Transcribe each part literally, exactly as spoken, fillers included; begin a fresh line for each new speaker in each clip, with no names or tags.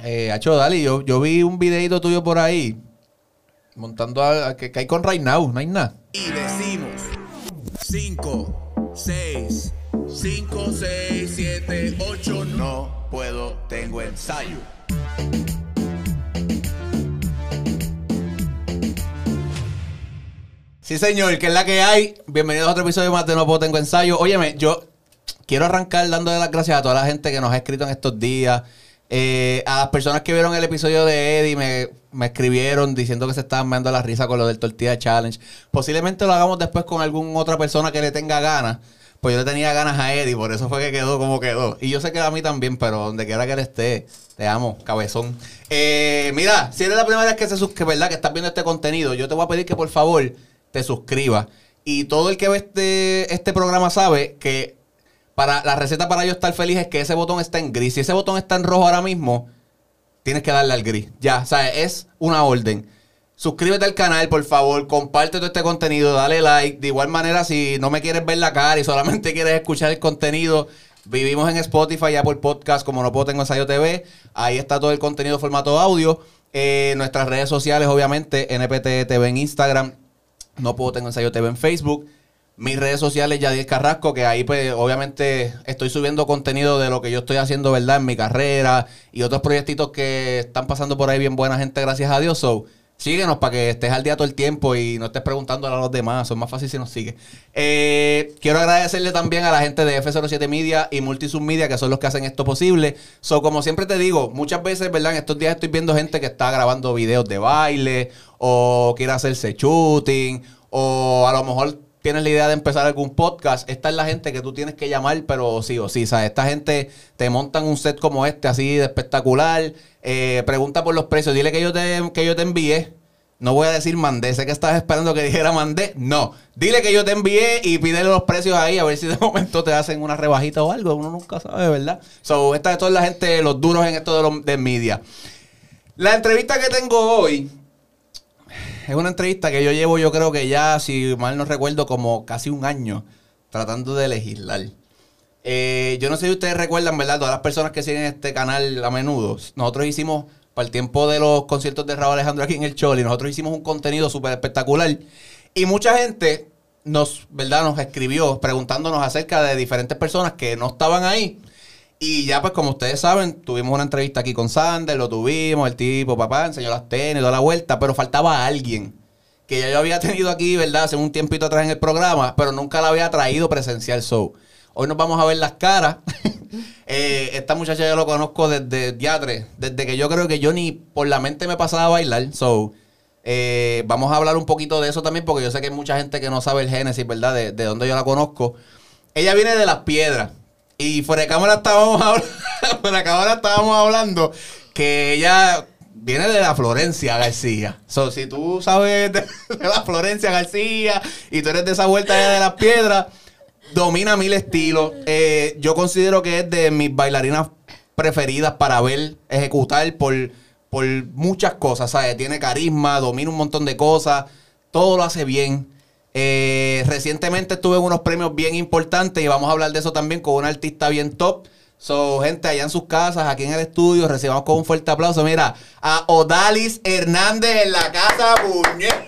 Eh, Hacho, Dali, yo, yo vi un videito tuyo por ahí, montando a, a que, que hay con Right Now, no hay nada.
Y decimos cinco, seis, cinco, seis, siete, ocho, no puedo, tengo ensayo.
Sí, señor, que es la que hay. Bienvenidos a otro episodio más de No Puedo Tengo Ensayo. Óyeme, yo quiero arrancar dándole las gracias a toda la gente que nos ha escrito en estos días. Eh, a las personas que vieron el episodio de Eddie me, me escribieron diciendo que se estaban dando la risa con lo del Tortilla Challenge. Posiblemente lo hagamos después con alguna otra persona que le tenga ganas. Pues yo le tenía ganas a Eddie, por eso fue que quedó como quedó. Y yo sé que a mí también, pero donde quiera que él esté, te amo, cabezón. Eh, mira, si eres la primera vez que, se que, ¿verdad? que estás viendo este contenido, yo te voy a pedir que por favor te suscribas. Y todo el que ve este, este programa sabe que para la receta para yo estar feliz es que ese botón está en gris. Si ese botón está en rojo ahora mismo, tienes que darle al gris. Ya, o sea, es una orden. Suscríbete al canal, por favor. Comparte todo este contenido. Dale like. De igual manera, si no me quieres ver la cara y solamente quieres escuchar el contenido, vivimos en Spotify, Apple Podcast, como No Puedo Tengo Ensayo T V. Ahí está todo el contenido en formato audio. Eh, nuestras redes sociales, obviamente, N P T T V en Instagram. No Puedo Tengo Ensayo T V en Facebook. Mis redes sociales, Yadiel Carrasco, que ahí pues obviamente estoy subiendo contenido de lo que yo estoy haciendo, ¿verdad? En mi carrera y otros proyectitos que están pasando por ahí bien buena gente, gracias a Dios. So, síguenos para que estés al día todo el tiempo y no estés preguntando a los demás. Es más fácil si nos sigues. Eh, quiero agradecerle también a la gente de F cero siete Media y Multisub Media, que son los que hacen esto posible. So, como siempre te digo, muchas veces, ¿verdad? En estos días estoy viendo gente que está grabando videos de baile o quiere hacerse shooting o a lo mejor tienes la idea de empezar algún podcast. Esta es la gente que tú tienes que llamar, pero sí o sí, ¿sabes? Esta gente te montan un set como este, así de espectacular. Eh, pregunta por los precios. Dile que yo te, que yo te envié. No voy a decir mandé. Sé que estabas esperando que dijera mandé. No. Dile que yo te envié y pídele los precios ahí a ver si de momento te hacen una rebajita o algo. Uno nunca sabe, ¿verdad? So, esta es toda la gente, los duros en esto de los de media. La entrevista que tengo hoy es una entrevista que yo llevo, yo creo que ya, si mal no recuerdo, como casi un año tratando de legislar. Eh, yo no sé si ustedes recuerdan, ¿verdad? Todas las personas que siguen este canal a menudo. Nosotros hicimos, para el tiempo de los conciertos de Raúl Alejandro aquí en el Choli, nosotros hicimos un contenido súper espectacular. Y mucha gente nos, ¿verdad? Nos escribió preguntándonos acerca de diferentes personas que no estaban ahí. Y ya, pues, como ustedes saben, tuvimos una entrevista aquí con Sander, lo tuvimos, el tipo, papá, enseñó las tenis, toda la vuelta, pero faltaba alguien que ya yo había tenido aquí, ¿verdad? Hace un tiempito atrás en el programa, pero nunca la había traído presencial. So, hoy nos vamos a ver las caras. eh, esta muchacha yo lo conozco desde diatre, desde que yo creo que yo ni por la mente me pasaba a bailar. So, eh, vamos a hablar un poquito de eso también, porque yo sé que hay mucha gente que no sabe el génesis, ¿verdad? De, de dónde yo la conozco. Ella viene de Las Piedras. Y fuera de cámara estábamos hablando, fuera de cámara estábamos hablando que ella viene de la Florencia García. So, si tú sabes de, de la Florencia García y tú eres de esa vuelta de Las Piedras, domina mil estilos. Eh, yo considero que es de mis bailarinas preferidas para ver ejecutar por, por muchas cosas, ¿sabes? Tiene carisma, domina un montón de cosas, todo lo hace bien. Eh, recientemente estuve en unos premios bien importantes y vamos a hablar de eso también con una artista bien top. So, gente, allá en sus casas, aquí en el estudio, recibamos con un fuerte aplauso. Mira, a Odalis Hernández en la casa, puñet.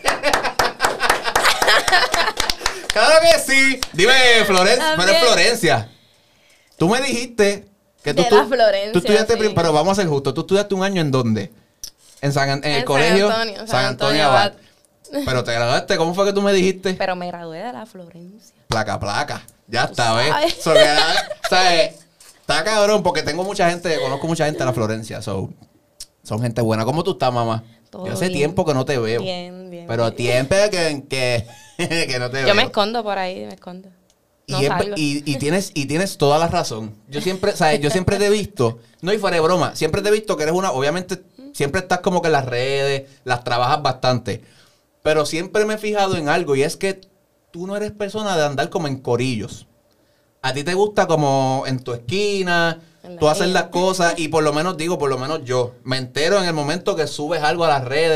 Claro que sí. Dime, Florencia, pero es Florencia. Tú me dijiste que tú,
de
tú,
la Florencia,
tú estudiaste,
sí.
prim- pero vamos a ser justos. ¿Tú estudiaste un año en dónde? En, San, en el
En
colegio
San Antonio,
San Antonio Abad. Pero te graduaste, ¿cómo fue que tú me dijiste?
Pero me gradué de la Florencia.
Placa, placa. Ya
Tú
está, ¿ves?
sabes.
So, que, ¿sabes? Está cabrón porque tengo mucha gente, conozco mucha gente de la Florencia. So, son gente buena. ¿Cómo tú estás, mamá?
Todo
Yo hace
bien.
tiempo que no te veo.
Bien, bien.
Pero
bien.
tiempo que, que, que no te veo.
Yo me escondo por ahí, me escondo. No
y, es-
salgo.
y, y tienes, y tienes toda la razón. Yo siempre, ¿sabes? Yo siempre te he visto, no y fuera de broma, siempre te he visto que eres una, obviamente, siempre estás como que en las redes, las trabajas bastante. Pero siempre me he fijado en algo y es que tú no eres persona de andar como en corillos. A ti te gusta como en tu esquina,
En la
tú haces
mía.
las cosas y por lo menos digo, por lo menos yo, me entero en el momento que subes algo a las redes,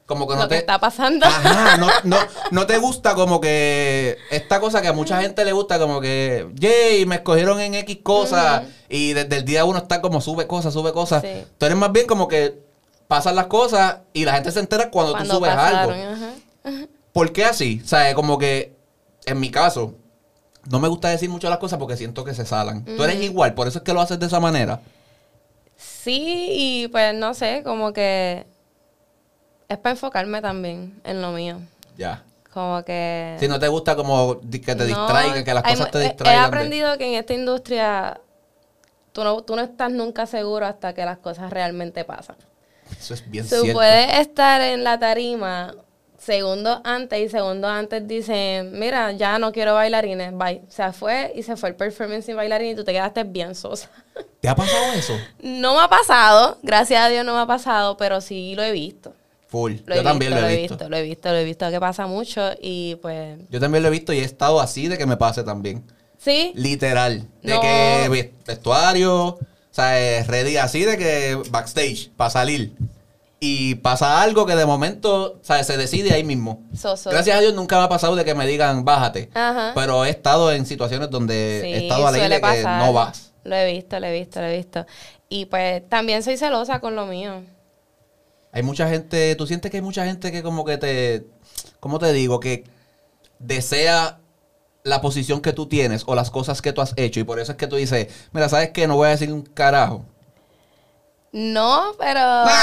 como que
lo
no
que
te...
está pasando.
Ajá, no, no, no te gusta como que esta cosa que a mucha gente le gusta, como que, yay, me escogieron en X cosas,
Ujú.
y desde el día uno está como sube cosas, sube cosas.
Sí.
Tú eres más bien como que pasan las cosas y la gente se entera cuando,
Cuando
tú subes
pasaron,
algo.
ajá.
¿Por qué así? O sea, como que, en mi caso, no me gusta decir mucho las cosas porque siento que se salan. Tú eres
Ujú.
igual, por eso es que lo haces de esa manera.
Sí, y pues no sé, como que es para enfocarme también en lo mío.
Ya.
Como que...
Si no te gusta como di- que te
No,
distraigan, que las
hay
cosas
mu-
te
he-
distraigan.
He
de-
aprendido que en esta industria tú no, tú no estás nunca seguro hasta que las cosas realmente pasan.
Eso es bien
Tú
cierto.
puedes estar en la tarima segundos antes y segundos antes dicen, mira, ya no quiero bailarines, bye. O sea, fue y se fue el performance sin bailarines y tú te quedaste bien sosa.
¿Te ha pasado eso?
No me ha pasado, gracias a Dios no me ha pasado, pero sí lo he visto.
Full.
Lo
Yo
he
también
visto,
lo he visto.
Lo he visto, lo he visto que pasa mucho y pues...
Yo también lo he visto y he estado así de que me pase también.
Sí,
Literal. De
No.
que ve- vestuario, o sea, eh, ready así de que backstage, para salir. Y pasa algo que de momento, o sea, se decide ahí mismo.
soso.
Gracias a Dios nunca me ha pasado de que me digan, bájate.
Ajá.
Pero he estado en situaciones donde
Sí,
he estado a la ley
suele
de que
pasar.
no vas.
Lo he visto, lo he visto, lo he visto. Y pues también soy celosa con lo mío.
Hay mucha gente, tú sientes que hay mucha gente que como que te, ¿cómo te digo? Que desea la posición que tú tienes o las cosas que tú has hecho y por eso es que tú dices, mira, ¿sabes qué? No voy a decir un carajo.
No, pero...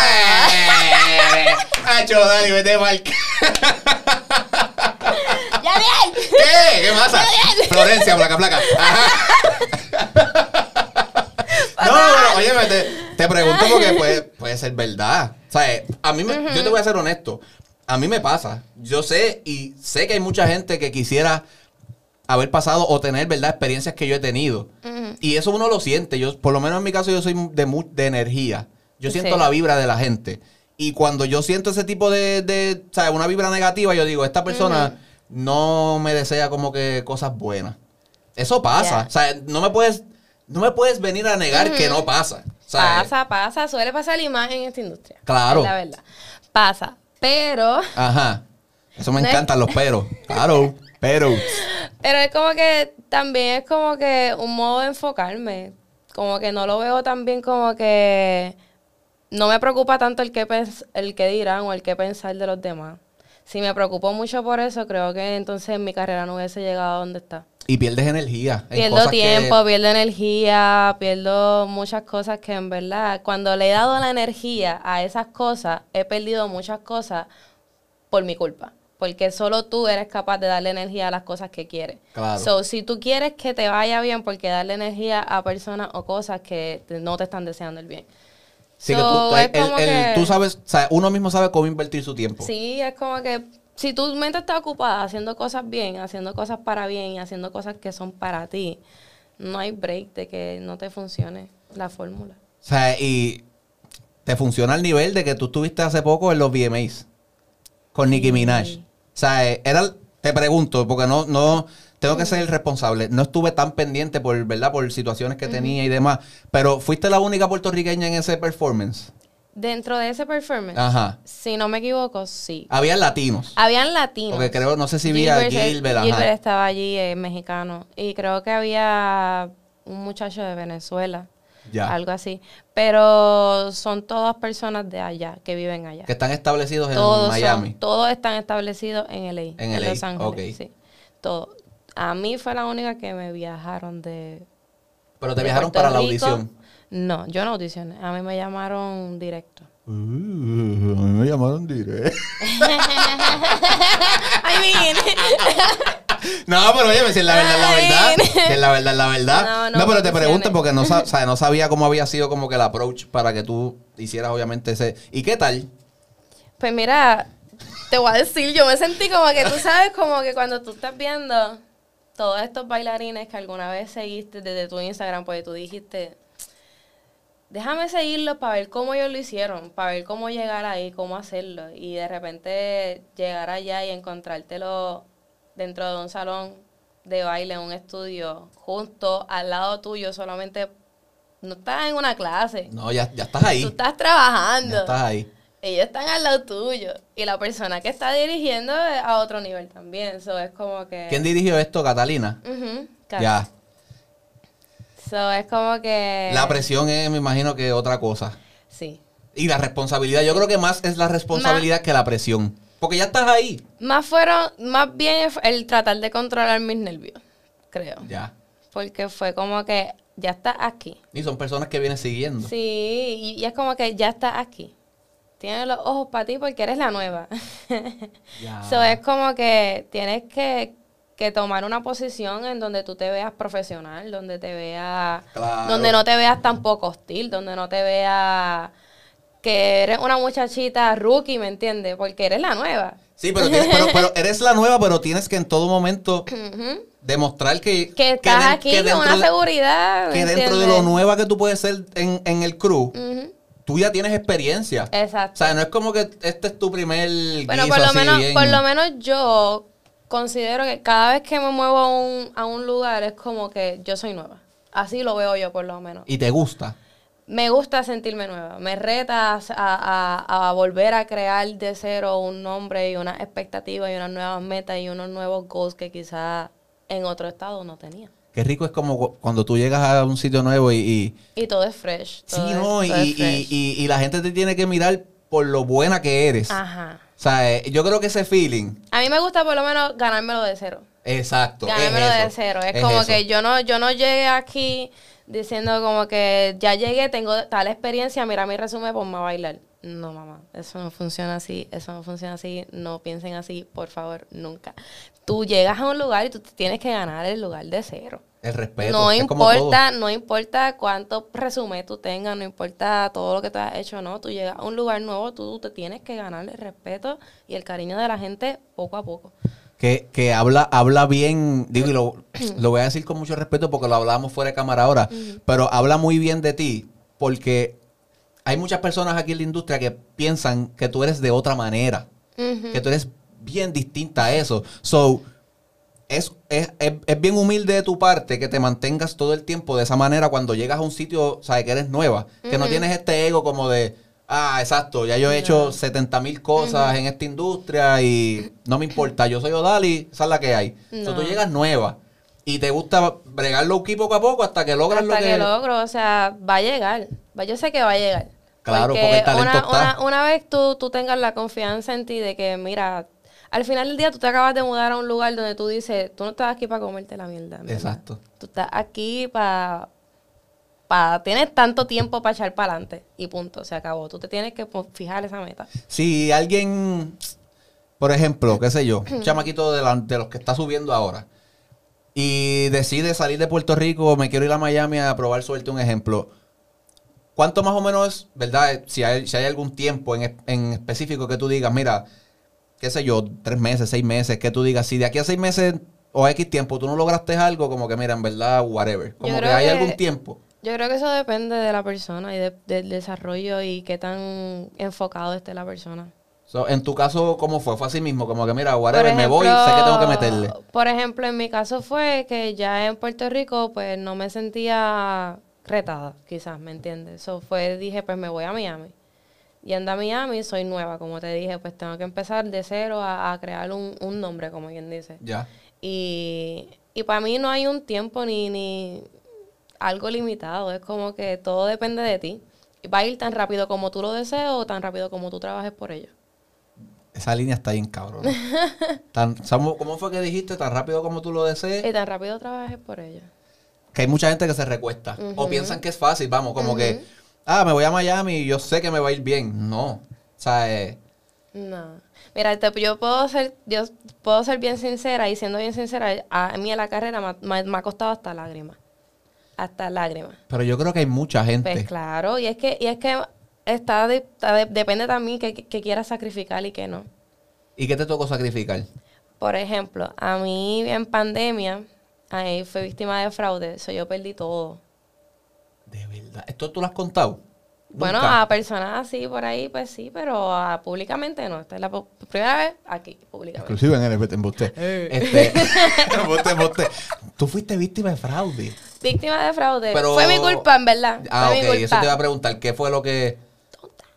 ¡Hacho, Dani, vete mal!
¡Ya bien!
¿Qué? ¿Qué pasa? Florencia, placa, placa. Ajá. No, pero, óyeme, te, te pregunto porque puede, puede ser verdad. O sea, eh, a mí, me, yo te voy a ser honesto. A mí me pasa. Yo sé y sé que hay mucha gente que quisiera haber pasado o tener, ¿verdad? Experiencias que yo he tenido.
Ujú.
Y eso uno lo siente. Yo, por lo menos en mi caso, yo soy de, mu- de energía. Yo siento
Sí.
la vibra de la gente. Y cuando yo siento ese tipo de, de o sea, una vibra negativa, yo digo, esta persona no me desea como que cosas buenas. Eso pasa.
Ya.
O sea, no me puedes, no me puedes venir a negar que no pasa. O sea,
Pasa, pasa. Suele pasar la imagen en esta industria.
Claro.
Es la verdad. Pasa. Pero...
Ajá. Eso me
No es-
encantan los peros. Claro, pero.
Pero es como que también es como que un modo de enfocarme. Como que no lo veo tan bien como que no me preocupa tanto el que, pens- el que dirán o el que pensar de los demás. Si me preocupo mucho por eso, creo que entonces mi carrera no hubiese llegado a donde está.
Y pierdes energía. en
Pierdo
cosas
tiempo,
que-
pierdo energía, pierdo muchas cosas que en verdad, cuando le he dado la energía a esas cosas, he perdido muchas cosas por mi culpa. Porque solo tú eres capaz de darle energía a las cosas que quieres.
Claro.
So, si tú quieres que te vaya bien, porque darle energía a personas o cosas que te- no te están deseando el bien.
Sí, que
So,
tú,
es
el- el-
como
el-
que-
tú sabes, o sea, uno mismo sabe cómo invertir su tiempo.
Sí, es como que si tu mente está ocupada haciendo cosas bien, haciendo cosas para bien y haciendo cosas que son para ti, no hay break de que no te funcione la fórmula.
O sea, y te funciona al nivel de que tú estuviste hace poco en los V M As con Nicki
Sí.
Minaj. O sea, eh, era, te pregunto, porque no, no, tengo que ser el responsable. No estuve tan pendiente por, ¿verdad? Por situaciones que tenía y demás. Pero fuiste la única puertorriqueña en ese performance.
Dentro de ese performance,
Ajá.
si no me equivoco, sí.
Habían latinos.
Habían latinos.
Porque creo, no sé si vi a
Gilbert,
Gilbert, ajá.
Gilbert estaba allí, eh, mexicano. Y creo que había un muchacho de Venezuela.
Ya.
Algo así. Pero son todas personas de allá, que viven allá.
Que están establecidos en
Todos
Miami.
son- todos están establecidos en L A.
En L A,
Los Ángeles,
ok.
sí. Todo. A mí fue la única que me viajaron de
Pero te
de
viajaron
Puerto
para la
Rico.
audición.
No, yo no audicioné. A mí me llamaron directo.
Uh, a mí me llamaron directo.
I mean,
No, pero oye, si es la verdad, la verdad.
Ay.
Si es la verdad, la verdad.
No,
No,
no
pero te
funciona.
pregunto porque no, sa- o sea, no sabía cómo había sido como que el approach para que tú hicieras obviamente ese. ¿Y qué tal?
pues mira, te voy a decir, yo me sentí como que tú sabes, como que cuando tú estás viendo todos estos bailarines que alguna vez seguiste desde tu Instagram, pues tú dijiste, déjame seguirlos para ver cómo ellos lo hicieron, para ver cómo llegar ahí, cómo hacerlo. Y de repente llegar allá y encontrártelo dentro de un salón de baile, en un estudio, justo al lado tuyo, solamente no estás en una clase.
No, ya, ya estás ahí.
Tú estás trabajando.
Ya estás ahí.
ellos están al lado tuyo. Y la persona que está dirigiendo es a otro nivel también. So, es como que...
¿Quién dirigió esto? ¿Catalina?
Ujú, casi.
Ya.
So, es como que...
La presión es, me imagino que otra cosa.
Sí.
Y la responsabilidad. Yo creo que más es la responsabilidad
Más-
que la presión. Porque ya estás ahí.
Más fueron... Más bien el tratar de controlar mis nervios, creo.
Ya.
Porque fue como que ya estás aquí.
Y son personas que vienen siguiendo.
Sí, y, y es como que ya estás aquí. Tienes los ojos para ti porque eres la nueva.
Ya.
So, es como que tienes que, que tomar una posición en donde tú te veas profesional, donde te veas,
Claro.
donde no te veas tampoco hostil, donde no te veas que eres una muchachita rookie, ¿me entiendes? Porque eres la nueva.
Sí, pero, tienes- pero, pero eres la nueva, pero tienes que en todo momento
Ujú.
demostrar que...
Que estás
den-
aquí
que
con
dentro
una
de-
seguridad, ¿me
Que dentro de
entiendes?
lo nueva que tú puedes ser en, en el crew,
Ujú.
tú ya tienes experiencia.
Exacto.
O sea, no es como que este es tu primer
Bueno,
guiso
por lo
así
menos,
bien-
por lo menos yo considero que cada vez que me muevo a un, a un lugar es como que yo soy nueva. Así lo veo yo, por lo menos.
Y te gusta.
Me gusta sentirme nueva. Me reta a, a- a volver a crear de cero un nombre y unas expectativas y unas nuevas metas y unos nuevos goals que quizás en otro estado no tenía.
Qué rico es como cu- cuando tú llegas a un sitio nuevo y... y
Y todo es fresh.
sí,
todo es-
¿no? Y,
todo es
y,
fresh.
y- y la gente te tiene que mirar por lo buena que eres.
Ajá.
O sea, eh, yo creo que ese feeling...
A mí me gusta por lo menos ganármelo de cero.
Exacto.
Ganármelo
es
de
eso,
cero. Es, como
eso.
que yo no, yo no llegué aquí diciendo como que ya llegué, tengo tal experiencia, mira mi resumen, ponme a bailar. No, mamá, eso no funciona así, eso no funciona así, no piensen así, por favor, nunca. Tú llegas a un lugar y tú te tienes que ganar el lugar de cero.
El respeto.
No
es como
importa, no importa cuánto resumen tú tengas, no importa todo lo que tú has hecho, no. Tú llegas a un lugar nuevo, tú te tienes que ganar el respeto y el cariño de la gente poco a poco.
Que, que habla, habla bien, digo, y lo, lo voy a decir con mucho respeto porque lo hablábamos fuera de cámara ahora, pero habla muy bien de ti porque hay muchas personas aquí en la industria que piensan que tú eres de otra manera,
Ujú.
que tú eres bien distinta a eso. So, es, es, es, es bien humilde de tu parte que te mantengas todo el tiempo de esa manera cuando llegas a un sitio, sabes, que eres nueva, que no
Ujú.
tienes este ego como de... Ah, exacto, ya yo he hecho setenta mil cosas en esta industria y no me importa, yo soy Odali, esa es la que hay.
No.
So, tú llegas nueva y te gusta bregarlo aquí poco a poco hasta que logras
Hasta
lo que...
que logro, o sea, va a llegar. Va- Yo sé que va a llegar.
Claro, porque el talento
una,
está.
Una, una vez tú, tú tengas la confianza en ti de que, mira, al final del día tú te acabas de mudar a un lugar donde tú dices, tú no estás aquí para comerte la mierda. ¿verdad?
Exacto.
Tú estás aquí para... Pa, tienes tanto tiempo para echar para adelante y punto, se acabó. Tú te tienes que pues, fijar esa meta.
Si alguien, por ejemplo, qué sé yo, un chamaquito de, la- de los que está subiendo ahora y decide salir de Puerto Rico, me quiero ir a Miami a probar suerte, un ejemplo. ¿Cuánto más o menos es, verdad? Si hay, si hay algún tiempo en, es- en específico que tú digas, mira, qué sé yo, tres meses, seis meses, que tú digas, si de aquí a seis meses o X tiempo tú no lograste algo, como que mira, en verdad, whatever. Como que
creo
hay
que-
algún tiempo.
Yo creo que eso depende de la persona y de- del desarrollo y qué tan enfocado esté la persona.
So, en tu caso, ¿cómo fue? Fue así mismo, como que mira,
Por
whatever, me voy, sé que tengo que meterle.
Por ejemplo, en mi caso fue que ya en Puerto Rico, pues no me sentía retada, quizás, ¿me entiendes? Eso fue, dije, pues me voy a Miami. Yendo a Miami, soy nueva, como te dije, pues tengo que empezar de cero a, a crear un, un nombre, como quien dice.
Ya.
Y, y para mí no hay un tiempo ni, ni algo limitado, es como que todo depende de ti. Va a ir tan rápido como tú lo desees o tan rápido como tú trabajes por ello.
Esa línea está bien cabrón. Tan, ¿sabes ¿Cómo fue que dijiste? Tan rápido como tú lo desees.
Y tan rápido trabajes por ello.
Que hay mucha gente que se recuesta. O
Ujú.
piensan que es fácil, vamos, como
Ujú.
que, ah, me voy a Miami y yo sé que me va a ir bien. No. O sea, eh,
No. Mira, te- yo puedo ser, yo puedo ser bien sincera y siendo bien sincera, a mí en la carrera me, ha- me ha- me ha costado hasta lágrimas. Hasta lágrimas.
pero yo creo que hay mucha gente.
Pues claro, y es que, y es que está, de- está de- depende también que, que quieras sacrificar y que no.
¿Y qué te tocó sacrificar?
Por ejemplo, a mí en pandemia, ahí fue víctima de fraude, eso yo perdí todo.
De verdad. ¿Esto tú lo has contado?
Bueno,
Nunca.
a personas así por ahí, pues sí, pero a- públicamente no. Esta es la pu- primera vez aquí, públicamente.
Inclusive en el embuste. Este, embuste, embuste. Tú fuiste víctima de fraude.
Víctima de fraude.
Pero-
Fue mi culpa, en verdad.
Ah,
fue
ok.
mi culpa.
Eso te iba a preguntar. ¿Qué fue lo que...?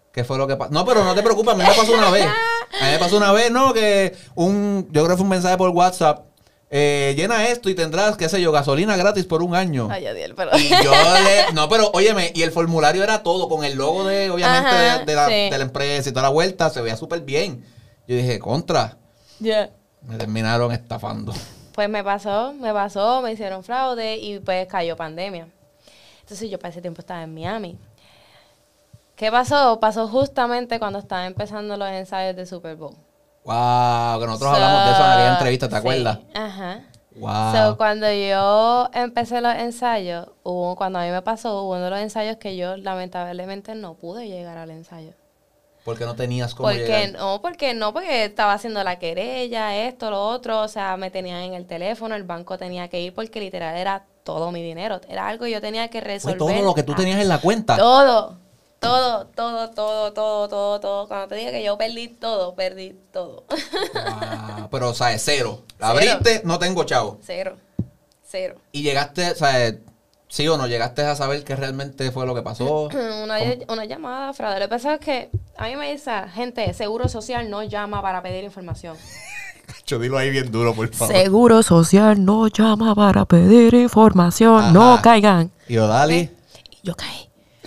¿Qué fue lo que pasó? No, pero no te preocupes, a mí me pasó una vez. A mí me pasó una vez, ¿no? Que un, yo creo que fue un mensaje por WhatsApp. Eh, llena esto y tendrás, qué sé yo, gasolina gratis por un año.
Ay, Adiel, pero...
Y yo le... No, pero óyeme, y el formulario era todo, con el logo de, obviamente,
Ajá,
de, de, la,
sí.
de la empresa y toda la vuelta, se veía súper bien. Yo dije, contra.
Yeah.
Me terminaron estafando.
Pues me pasó, me pasó, me hicieron fraude y pues cayó pandemia. Entonces yo para ese tiempo estaba en Miami. ¿Qué pasó? Pasó justamente cuando estaban empezando los ensayos de Super Bowl.
Wow, que nosotros
So,
hablamos de eso en aquella entrevista, ¿te
sí,
acuerdas?
Ajá.
Wow.
So, cuando yo empecé los ensayos, hubo, cuando a mí me pasó, hubo uno de los ensayos que yo lamentablemente no pude llegar al ensayo.
Porque no tenías cómo
Porque
llegar.
no, porque no, porque estaba haciendo la querella, esto, lo otro, o sea, me tenían en el teléfono, el banco tenía que ir porque literal era todo mi dinero, era algo que yo tenía que
Fue
resolver.
todo lo que tú tenías en la cuenta.
Todo, todo, todo, todo, todo, todo, todo. Cuando te digo que yo perdí todo, perdí todo.
Wow, pero, o sea, es cero. La
Cero.
abriste, no tengo chavo.
Cero, cero.
Y llegaste, o sea, sí o no, llegaste a saber qué realmente fue lo que pasó.
Una, una llamada, fraude. Lo que pasa es que a mí me dice, gente, Seguro Social no llama para pedir información.
Yo dilo ahí bien duro, por favor.
Seguro Social no llama para pedir información.
Ajá.
No caigan.
Y Odali.
Y yo caí.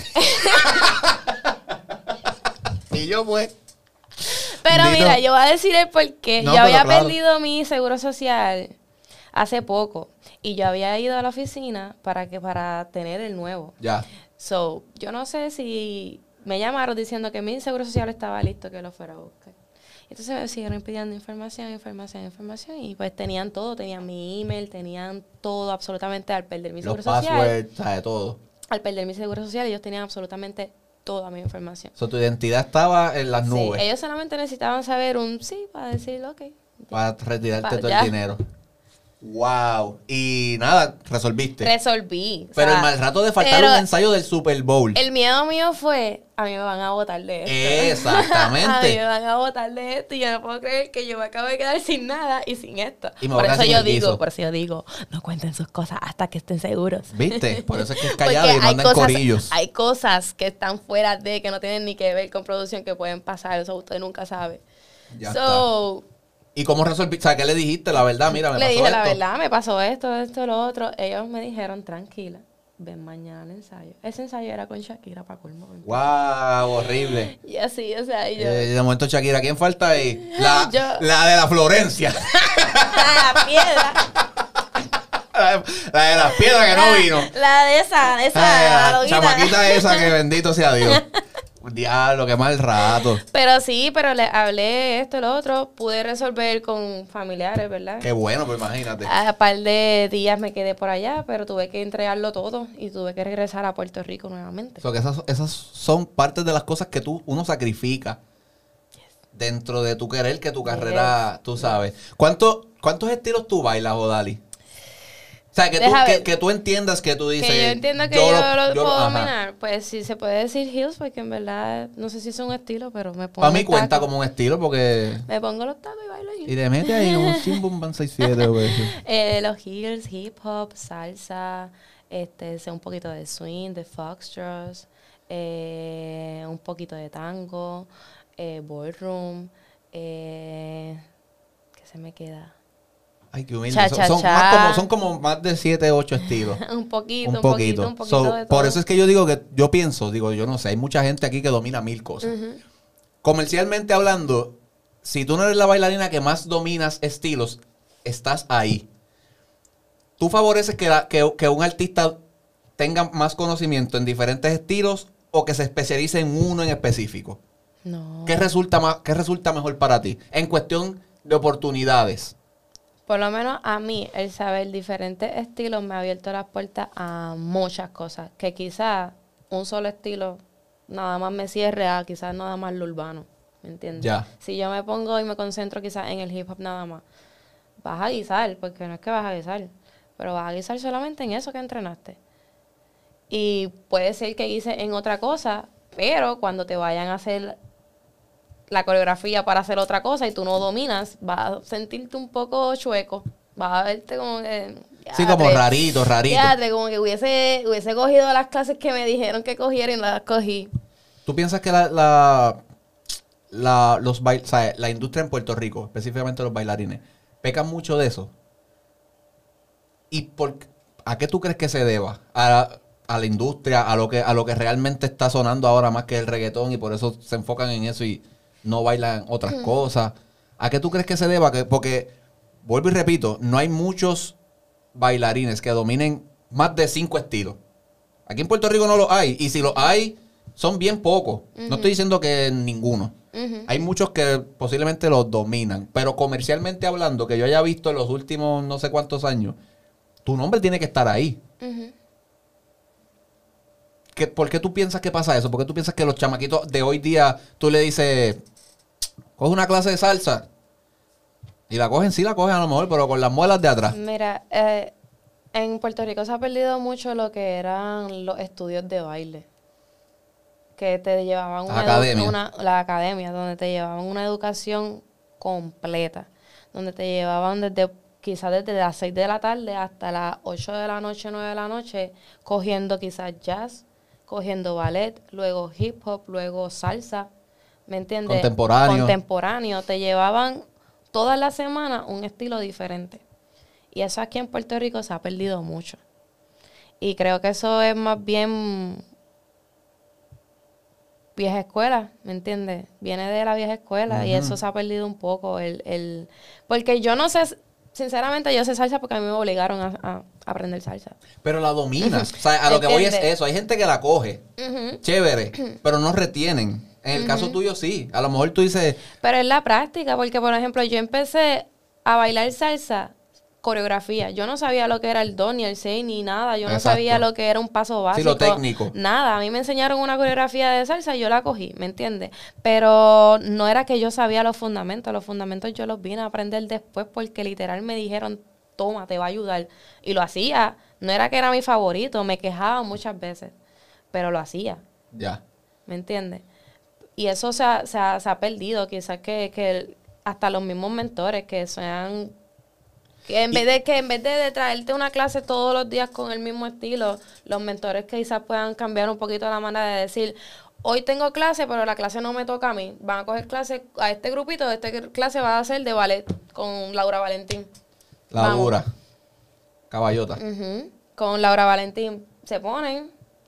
Y yo, pues.
Pero
Dito.
mira, yo voy a decir el porqué.
No,
yo
pero
había
claro.
perdido mi Seguro Social hace poco. Y yo había ido a la oficina para que para tener el nuevo.
Ya.
So, yo no sé si me llamaron diciendo que mi Seguro Social estaba listo, que lo fuera a buscar. Entonces me siguieron pidiendo información, información, información. Y pues tenían todo, tenían mi email, tenían todo, absolutamente. Al perder mi
Los
Seguro Social,
passwords, o sea, de todo.
al perder mi Seguro Social, ellos tenían absolutamente toda mi información.
So, tu identidad estaba en las
Sí,
nubes
ellos solamente necesitaban saber un sí para decir, ok.
para retirarte
Pa-
todo
ya.
el dinero. Wow. Y nada, resolviste.
Resolví. o
Pero
sea,
el mal rato de faltar
pero
un ensayo del Super Bowl.
el miedo mío fue, a mí me van a botar de esto.
Exactamente.
A mí me van a botar de esto y yo no puedo creer que yo me acabo de quedar sin nada y sin esto.
Y me
por
van a
eso
hacer
yo
el guiso.
digo, por eso yo digo, no cuenten sus cosas hasta que estén seguros.
¿Viste? Por eso es que es
Porque
callado y no
hay
andan
cosas,
corillos.
hay cosas que están fuera de, que no tienen ni que ver con producción, que pueden pasar, eso usted nunca sabe.
Ya
so,
¿Y cómo resolviste? O sea, ¿qué le dijiste? La verdad, mira, me
le
pasó
dije
esto.
la verdad, me pasó esto, esto, lo otro. Ellos me dijeron, tranquila, ven mañana al ensayo. Ese ensayo era con Shakira para colmo.
Wow, horrible.
Y así, o sea, y yo...
Eh, de momento, Shakira, ¿quién falta ahí? La,
Yo.
la de la Florencia.
¡Ah, la piedra!
la, de, la de las piedras que no vino.
La de esa, de esa,
Ay,
la
la
loquita.
chamaquita esa que bendito sea Dios. Diablo, qué mal rato.
Pero sí, pero le hablé esto y lo otro. Pude resolver con familiares, ¿verdad?
Qué bueno, pues imagínate.
A par de días me quedé por allá, pero tuve que entregarlo todo y tuve que regresar a Puerto Rico nuevamente.
So que esas, esas son partes de las cosas que tú uno sacrifica dentro de tu querer, que tu carrera, tú sabes. ¿Cuánto, ¿Cuántos estilos tú bailas, Odali? O sea, que tú,
Deja
que,
ver.
que tú entiendas que tú dices...
Que yo entiendo que yo, lo, puedo
ajá.
dominar. Pues sí, se puede decir heels, porque en verdad, no sé si es un estilo, pero me pongo
Para mí
los
cuenta
tacos.
como un estilo porque...
Me pongo los tacos y bailo
Y
heels.
te mete ahí un chimbum ban seis siete, güey.
Eh, los heels, hip hop, salsa, este, sé un poquito de swing, de foxtrot, eh, un poquito de tango, eh, ballroom, eh, ¿qué se me queda?
Ay, qué humilde.
Cha,
Son,
cha,
son
cha.
más como, son como más de siete, ocho estilos.
un poquito,
un
un
poquito.
poquito, un poquito
So,
de todo.
por eso es que yo digo que yo pienso, digo, yo no sé, hay mucha gente aquí que domina mil cosas.
Ujú.
Comercialmente hablando, si tú no eres la bailarina que más dominas estilos, estás ahí. ¿Tú favoreces que, la- que, que un artista tenga más conocimiento en diferentes estilos o que se especialice en uno en específico?
No.
¿Qué resulta más, qué resulta mejor para ti? En cuestión de oportunidades.
Por lo menos a mí, el saber diferentes estilos me ha abierto las puertas a muchas cosas. Que quizás un solo estilo nada más me cierre a quizás nada más lo urbano. ¿Me entiendes?
Ya.
Si yo me pongo y me concentro quizás en el hip hop nada más, vas a guisar, porque no es que vas a guisar, pero vas a guisar solamente en eso que entrenaste. Y puede ser que guises en otra cosa, pero cuando te vayan a hacer la coreografía para hacer otra cosa y tú no dominas, vas a sentirte un poco chueco. Vas a verte como que...
Sí, como
diatre,
rarito, rarito.
diatre, como que hubiese, hubiese cogido las clases que me dijeron que cogiera y no las cogí.
¿Tú piensas que la, la, la, los bail- o sea, la industria en Puerto Rico, específicamente los bailarines, pecan mucho de eso? ¿Y por, a qué tú crees que se deba? ¿A, a la industria, a lo que a lo que realmente está sonando ahora más que el reggaetón y por eso se enfocan en eso y no bailan otras cosas? ¿A qué tú crees que se deba? Que, porque, vuelvo y repito, no hay muchos bailarines que dominen más de cinco estilos. Aquí en Puerto Rico no los hay. Y si los hay, son bien pocos. Uh-huh. No estoy diciendo que ninguno. Uh-huh. Hay muchos que posiblemente los dominan. Pero comercialmente hablando, que yo haya visto en los últimos no sé cuántos años, tu nombre tiene que estar ahí. Uh-huh. ¿Qué, ¿Por qué tú piensas que pasa eso? ¿Por qué tú piensas que los chamaquitos de hoy día, tú le dices, coge una clase de salsa? Y la cogen, sí la cogen a lo mejor, pero con las muelas de atrás.
Mira, eh, en Puerto Rico se ha perdido mucho lo que eran los estudios de baile. Que te llevaban una,
academia.
una la academia, donde te llevaban una educación completa. Donde te llevaban desde quizás desde las seis de la tarde hasta las ocho de la noche, nueve de la noche, cogiendo quizás jazz, cogiendo ballet, luego hip hop, luego salsa, ¿me entiendes?
Contemporáneo.
Contemporáneo. Te llevaban toda la semana un estilo diferente. Y eso aquí en Puerto Rico se ha perdido mucho. Y creo que eso es más bien vieja escuela, ¿me entiendes? Viene de la vieja escuela uh-huh. y eso se ha perdido un poco. El, el porque yo no sé, sinceramente yo sé salsa porque a mí me obligaron a, a aprender salsa.
Pero la dominas. O sea, a lo que voy es eso. Hay gente que la coge, uh-huh. chévere, pero no retienen. En el uh-huh. caso tuyo sí. A lo mejor tú dices...
Pero es la práctica, porque por ejemplo yo empecé a bailar salsa, coreografía. Yo no sabía lo que era el do, ni el sei, ni nada. Yo no Exacto. sabía lo que era un paso básico.
Sí, lo técnico.
Nada. A mí me enseñaron una coreografía de salsa y yo la cogí, ¿me entiendes? Pero no era que yo sabía los fundamentos. Los fundamentos yo los vine a aprender después porque literal me dijeron, toma, te va a ayudar. Y lo hacía. No era que era mi favorito. Me quejaba muchas veces. Pero lo hacía.
Ya.
¿Me entiendes? Y eso se ha, se ha, se ha perdido. Quizás que, que hasta los mismos mentores que sean... Que en vez de que en vez de, de traerte una clase todos los días con el mismo estilo, los mentores quizás puedan cambiar un poquito la manera de decir, hoy tengo clase, pero la clase no me toca a mí. Van a coger clase a este grupito, esta clase va a ser de ballet con Laura Valentín.
Laura. Caballota.
Uh-huh. Con Laura Valentín. Se ponen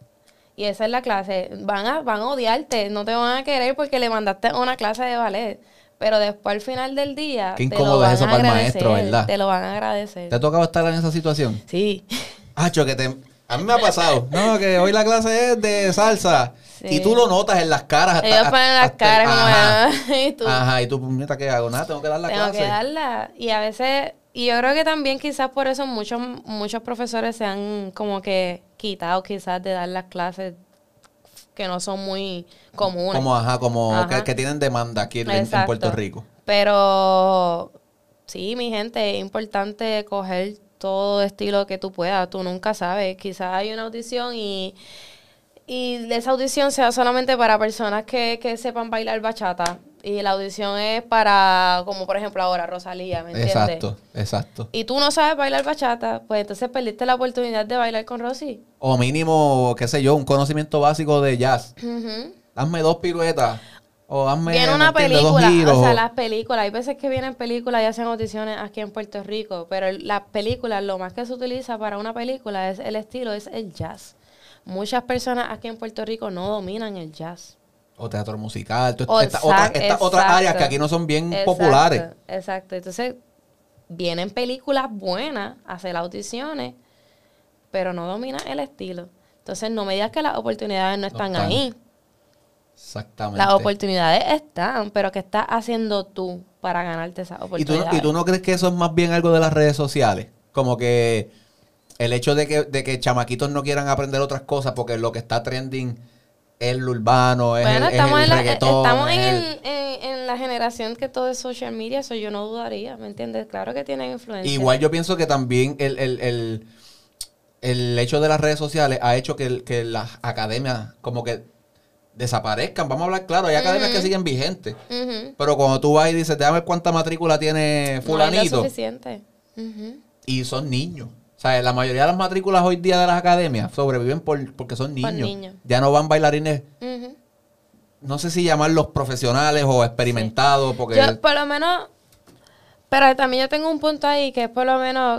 y esa es la clase. Van a, van a odiarte, no te van a querer porque le mandaste una clase de ballet. Pero después al final del día,
qué
te lo
incómodo
van
es eso
a
para el
agradecer,
maestro, ¿verdad?
Te lo van a agradecer.
¿Te ha tocado estar en esa situación?
Sí.
Acho, que te... A mí me ha pasado. No, que hoy la clase es de salsa. Sí. Y tú lo notas en las caras. Hasta,
Ellos ponen las
hasta,
caras
ajá,
como... y tú,
ajá, y tú, puñeta, ¿qué hago? Nada, tengo que dar la
tengo
clase.
Tengo que darla. Y a veces... Y yo creo que también quizás por eso muchos muchos profesores se han como que quitado quizás de dar las clases que no son muy comunes.
Como, ajá, como
ajá.
Que, que tienen demanda aquí en, en Puerto Rico.
Pero sí, mi gente, es importante coger todo estilo que tú puedas. Tú nunca sabes. Quizás hay una audición y, y esa audición sea solamente para personas que, que sepan bailar bachata. Y la audición es para, como por ejemplo ahora, Rosalía, ¿me entiendes?
Exacto, exacto.
Y tú no sabes bailar bachata, pues entonces perdiste la oportunidad de bailar con Rosy.
O mínimo, qué sé yo, un conocimiento básico de jazz.
Uh-huh.
Hazme dos piruetas. O hazme,
viene una
entiendes,
película,
dos giros,
o sea,
o...
las películas, hay veces que vienen películas y hacen audiciones aquí en Puerto Rico, pero el, las películas, lo más que se utiliza para una película es el estilo, es el jazz. Muchas personas aquí en Puerto Rico no dominan el jazz.
O teatro musical,
o
estas otra, esta otras áreas que aquí no son bien
exacto,
populares.
Exacto, entonces vienen películas buenas a hacer audiciones, pero no dominan el estilo. Entonces no me digas que las oportunidades no están, no están. ahí.
Exactamente.
Las oportunidades están, pero ¿qué estás haciendo tú para ganarte esas oportunidades?
¿Y tú, ¿Y tú no crees que eso es más bien algo de las redes sociales? Como que el hecho de que, de que chamaquitos no quieran aprender otras cosas porque lo que está trending es lo urbano, es
bueno,
el,
estamos
es el
en la,
reggaetón.
Estamos en,
el...
el, en, en la generación que todo es social media, eso yo no dudaría, ¿me entiendes? Claro que tienen influencia.
Igual yo pienso que también el, el, el, el hecho de las redes sociales ha hecho que, que las academias como que desaparezcan. Vamos a hablar claro, hay academias uh-huh. que siguen vigentes. Uh-huh. Pero cuando tú vas y dices, déjame ver cuánta matrícula tiene fulanito.
No es suficiente. Uh-huh.
Y son niños. O sea, la mayoría de las matrículas hoy día de las academias sobreviven por porque son niños.
Por niños.
Ya no van bailarines.
Uh-huh.
no sé si llamarlos profesionales o experimentados, sí. porque...
Yo, por lo menos, pero también yo tengo un punto ahí que es por lo menos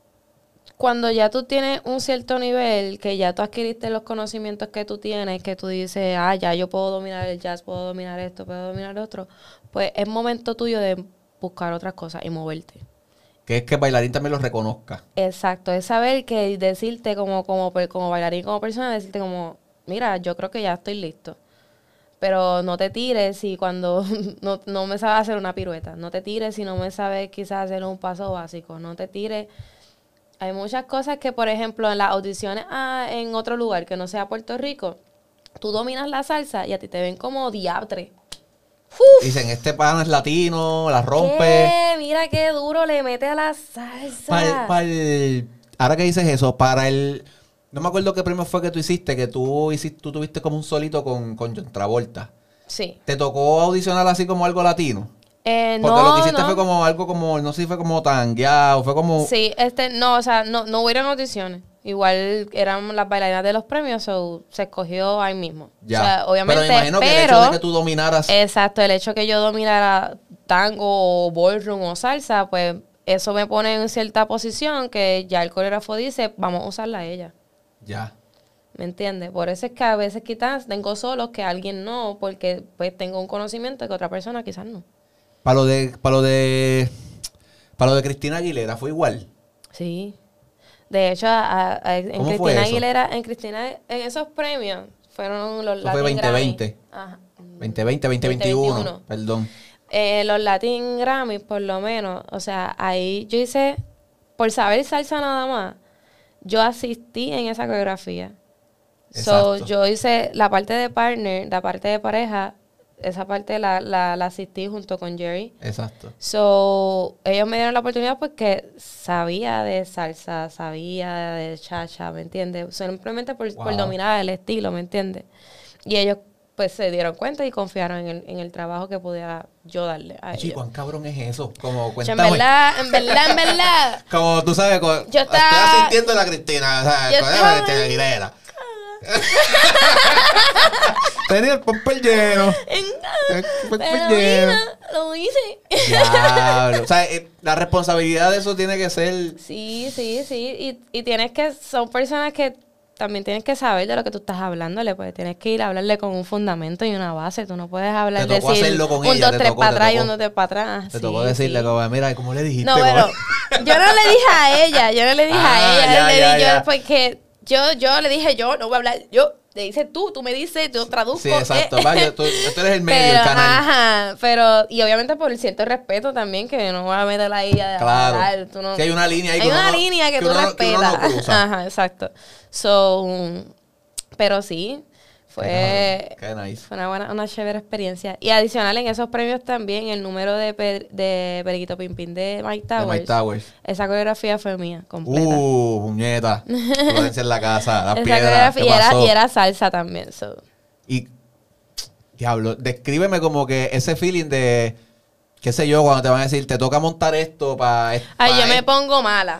cuando ya tú tienes un cierto nivel, que ya tú adquiriste los conocimientos que tú tienes, que tú dices, ah, ya yo puedo dominar el jazz, puedo dominar esto, puedo dominar otro, pues es momento tuyo de buscar otras cosas y moverte.
Que es que el bailarín también lo reconozca.
Exacto, es saber que decirte como, como, como bailarín, como persona, decirte como, mira, yo creo que ya estoy listo. Pero no te tires si cuando no, no me sabes hacer una pirueta. No te tires si no me sabes quizás hacer un paso básico. No te tires. Hay muchas cosas que, por ejemplo, en las audiciones ah, en otro lugar que no sea Puerto Rico, tú dominas la salsa y a ti te ven como diatre. Uf.
Dicen, este pan es latino, la rompe.
¿Qué? Mira qué duro le mete a la salsa.
Para, para el, ahora que dices eso, para el... No me acuerdo qué premio fue que tú hiciste, que tú hiciste, tú tuviste como un solito con, con John Travolta.
Sí.
¿Te tocó audicionar así como algo latino?
Eh,
Porque
no,
lo que hiciste
no.
fue como algo como, no sé si fue como tangueado, fue como...
Sí, este, no, o sea, no, no hubieron audiciones. Igual eran las bailarinas de los premios, so, se escogió ahí mismo.
Ya.
O sea, obviamente,
pero me imagino que
pero,
el hecho de que tú dominaras...
Exacto, el hecho que yo dominara tango o ballroom o salsa, pues eso me pone en cierta posición que ya el coreógrafo dice, vamos a usarla a ella.
Ya.
¿Me entiendes? Por eso es que a veces quizás tengo solos que alguien no, porque pues tengo un conocimiento que otra persona quizás no.
Para lo de... Para lo de... Para lo de Cristina Aguilera, ¿fue igual?
Sí. De hecho, a, a, en
¿Cómo fue
Cristina
eso?
Aguilera, en Cristina, en esos premios, fueron los
Eso fue
Latin
veinte veinte.
Grammy. Ajá.
veinte veinte, veinte veintiuno. Perdón.
Eh, los Latin Grammy, por lo menos, o sea, ahí yo hice, por saber salsa nada más, yo asistí en esa coreografía. So,
Exacto.
yo hice la parte de partner, la parte de pareja, esa parte la, la, la asistí junto con Jerry.
Exacto.
So, ellos me dieron la oportunidad porque sabía de salsa, sabía de cha-cha, ¿me entiendes? Simplemente por,
Wow.
por dominar el estilo, ¿me entiendes? Y ellos pues se dieron cuenta y confiaron en el, en el trabajo que pudiera yo darle a
Chico,
ellos.
¿cuán cabrón es eso? Como,
Yo,
cuéntame.
en verdad, en verdad, en verdad.
Como tú sabes, como,
Yo
estoy
estaba-
asistiendo a la Cristina, ¿sabes?
Yo
Con
estaba-
la Cristina Aguilera. Tenía el pomper lleno. El pomper
Pero
lleno.
mira, lo hice.
Diablo. O sea, eh, la responsabilidad de eso tiene que ser...
Sí, sí, sí. Y, y tienes que, son personas que también tienes que saber de lo que tú estás hablándole, pues tienes que ir a hablarle con un fundamento y una base. Tú no puedes hablar
Te tocó
decir
hacerlo con
un,
ella,
dos,
te
tres
tocó,
para
te
atrás y
tocó.
un, dos, tres para atrás.
Te
Sí,
tocó decirle,
sí.
como, mira, ¿cómo le dijiste?
No, pero
¿Cómo?
yo no le dije a ella, yo no le dije
Ah,
a ella,
ya,
le
ya,
di- yo,
ya.
porque yo, yo le dije yo, no voy a hablar, yo, le dices tú, tú me dices, yo traduzco.
Sí, exacto.
eh.
Vaya, tú, tú eres el medio,
Pero,
el canal.
ajá, pero, y obviamente por cierto respeto también, que no voy a meter la ella de
Claro.
hablar, tú no,
Que hay una línea ahí que
hay
uno
una
no-
línea que,
que
tú
uno no- que uno no
respetas.
cruza.
Ajá, exacto. So, um, pero sí, fue,
Qué nice.
fue una buena, una chévere experiencia. Y adicional en esos premios también, el número de, Pe- de Periquito Pimpín de Mike
De
Towers.
Mike Towers.
Esa coreografía fue mía, completa.
Uh, puñeta. Florencia en la casa, las
Esa
piedras.
coreografía
¿Qué
y era,
pasó?
y era salsa también. So.
Y, diablo, descríbeme como que ese feeling de, qué sé yo, cuando te van a decir, te toca montar esto para...
Ay, yo me pongo mala.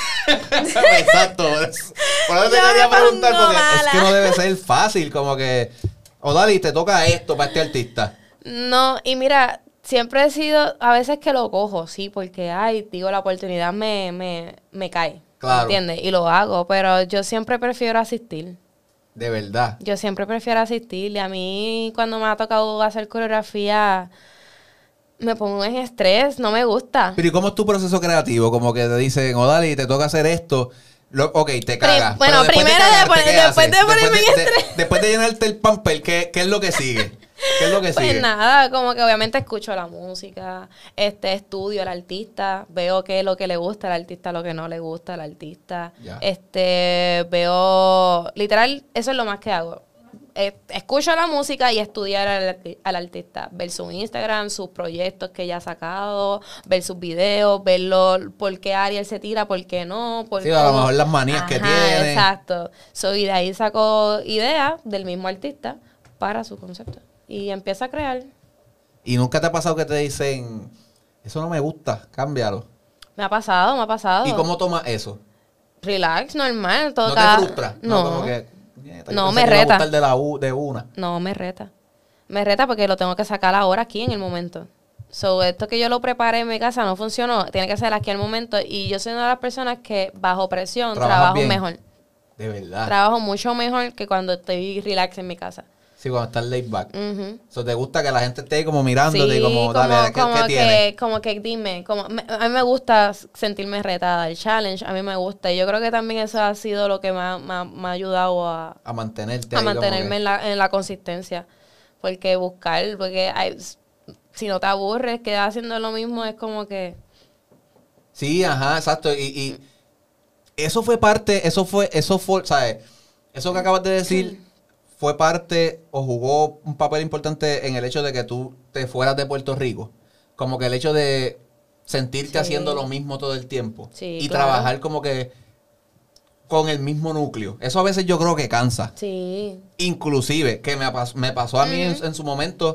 Exacto. Por eso te
Yo
quería
me
preguntar,
pongo
porque es
mala.
que no debe ser fácil, como que, Odali, te toca esto para este artista.
No, y mira, siempre he sido, a veces que lo cojo, sí, porque, ay, digo, la oportunidad me, me, me cae.
Claro.
¿Entiendes? Y lo hago, pero yo siempre prefiero asistir.
De verdad.
Yo siempre prefiero asistir. Y a mí, cuando me ha tocado hacer coreografía, me pongo en estrés, no me gusta.
Pero ¿y cómo es tu proceso creativo? Como que te dicen, Odali, te toca hacer esto. Lo, ok, te cagas.
bueno,
pero después
primero
de
de
cagarte,
poner-
¿qué
después
haces?
de ponerme
después
en
de,
estrés.
después de llenarte el pamper, ¿qué, ¿qué es lo que sigue? ¿Qué es lo que
Pues
sigue?
nada, como que obviamente escucho la música, este estudio al artista, veo qué es lo que le gusta al artista, lo que no le gusta al artista.
Ya.
Este, veo, literal, eso es lo más que hago. Eh, escucho la música y estudiar al, arti- al artista, ver su Instagram, sus proyectos que ya ha sacado, ver sus videos, verlo, por qué Ariel se tira, por qué no, por
Sí, a lo
cómo-
mejor las manías que
Ajá,
tiene.
Exacto. So, y de ahí saco ideas del mismo artista para su concepto. Y empieza a crear.
¿Y nunca te ha pasado que te dicen, eso no me gusta, cámbialo?
Me ha pasado, me ha pasado.
¿Y cómo tomas eso?
Relax, normal. Todo
¿No
cada-
te frustra?
No,
como que, "Nieta, yo
No,
pensé
me
que iba a
reta.
gustar de, la U, de una.
no, me reta. Me reta porque lo tengo que sacar ahora aquí en el momento. So, esto que yo lo preparé en mi casa no funcionó, tiene que ser aquí al momento. Y yo soy una de las personas que bajo presión
¿Trabajas
trabajo
bien?
mejor.
De verdad.
Trabajo mucho mejor que cuando estoy relax en mi casa.
Sí, cuando estás laid back.
Ujú.
So, ¿te gusta que la gente esté ahí como mirándote y
Sí,
como, dale, ¿qué,
como
qué
que,
tienes?
como que dime, como, me- a mí me gusta sentirme retada, el challenge, a mí me gusta. Y yo creo que también eso ha sido lo que me ha, me ha- me ha ayudado a,
A mantenerte
a
ahí como
mantenerme
que-
en la, en la consistencia. Porque buscar, porque hay- si no te aburres, quedas haciendo lo mismo, es como que...
Sí, ajá, exacto. Y, y eso fue parte, eso fue, eso fue, ¿sabes? Eso que acabas de decir fue parte o jugó un papel importante en el hecho de que tú te fueras de Puerto Rico. Como que el hecho de sentirte
Sí.
haciendo lo mismo todo el tiempo.
Sí,
y
claro.
trabajar como que con el mismo núcleo. Eso a veces yo creo que cansa.
Sí.
Inclusive, que me, pas- me pasó a mí en,
Ujú.
en su momento,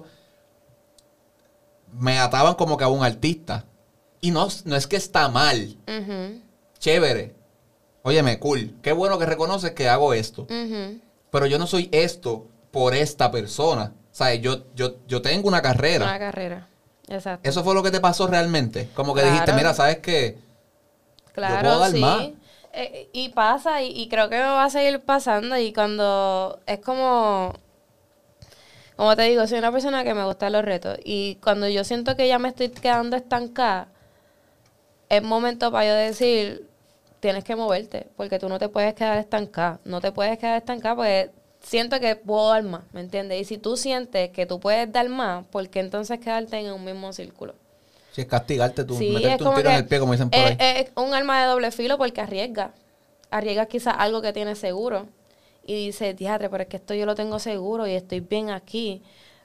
me ataban como que a un artista. Y no, no es que está mal.
Ujú,
Chévere. Óyeme, cool. Qué bueno que reconoces que hago esto.
ujú.
Pero yo no soy esto por esta persona. O sea, yo, yo, yo tengo una carrera.
Una carrera. Exacto.
Eso fue lo que te pasó realmente. Como que
Claro.
dijiste, mira, ¿sabes qué?
Claro,
puedo dar
sí.
más.
Eh, y pasa, y, y creo que me va a seguir pasando. Y cuando es como, como te digo, soy una persona que me gustan los retos. Y cuando yo siento que ya me estoy quedando estancada, es momento para yo decir, tienes que moverte, porque tú no te puedes quedar estancada. No te puedes quedar estancada porque siento que puedo dar más, ¿me entiendes? Y si tú sientes que tú puedes dar más, ¿por qué entonces quedarte en un mismo círculo?
Si es castigarte tú,
Sí,
meterte
es
un
como
tiro
que
en el pie, como dicen por
es,
ahí.
es un arma de doble filo porque arriesga. Arriesgas quizás algo que tienes seguro. Y dices, diatre, pero es que esto yo lo tengo seguro y estoy bien aquí.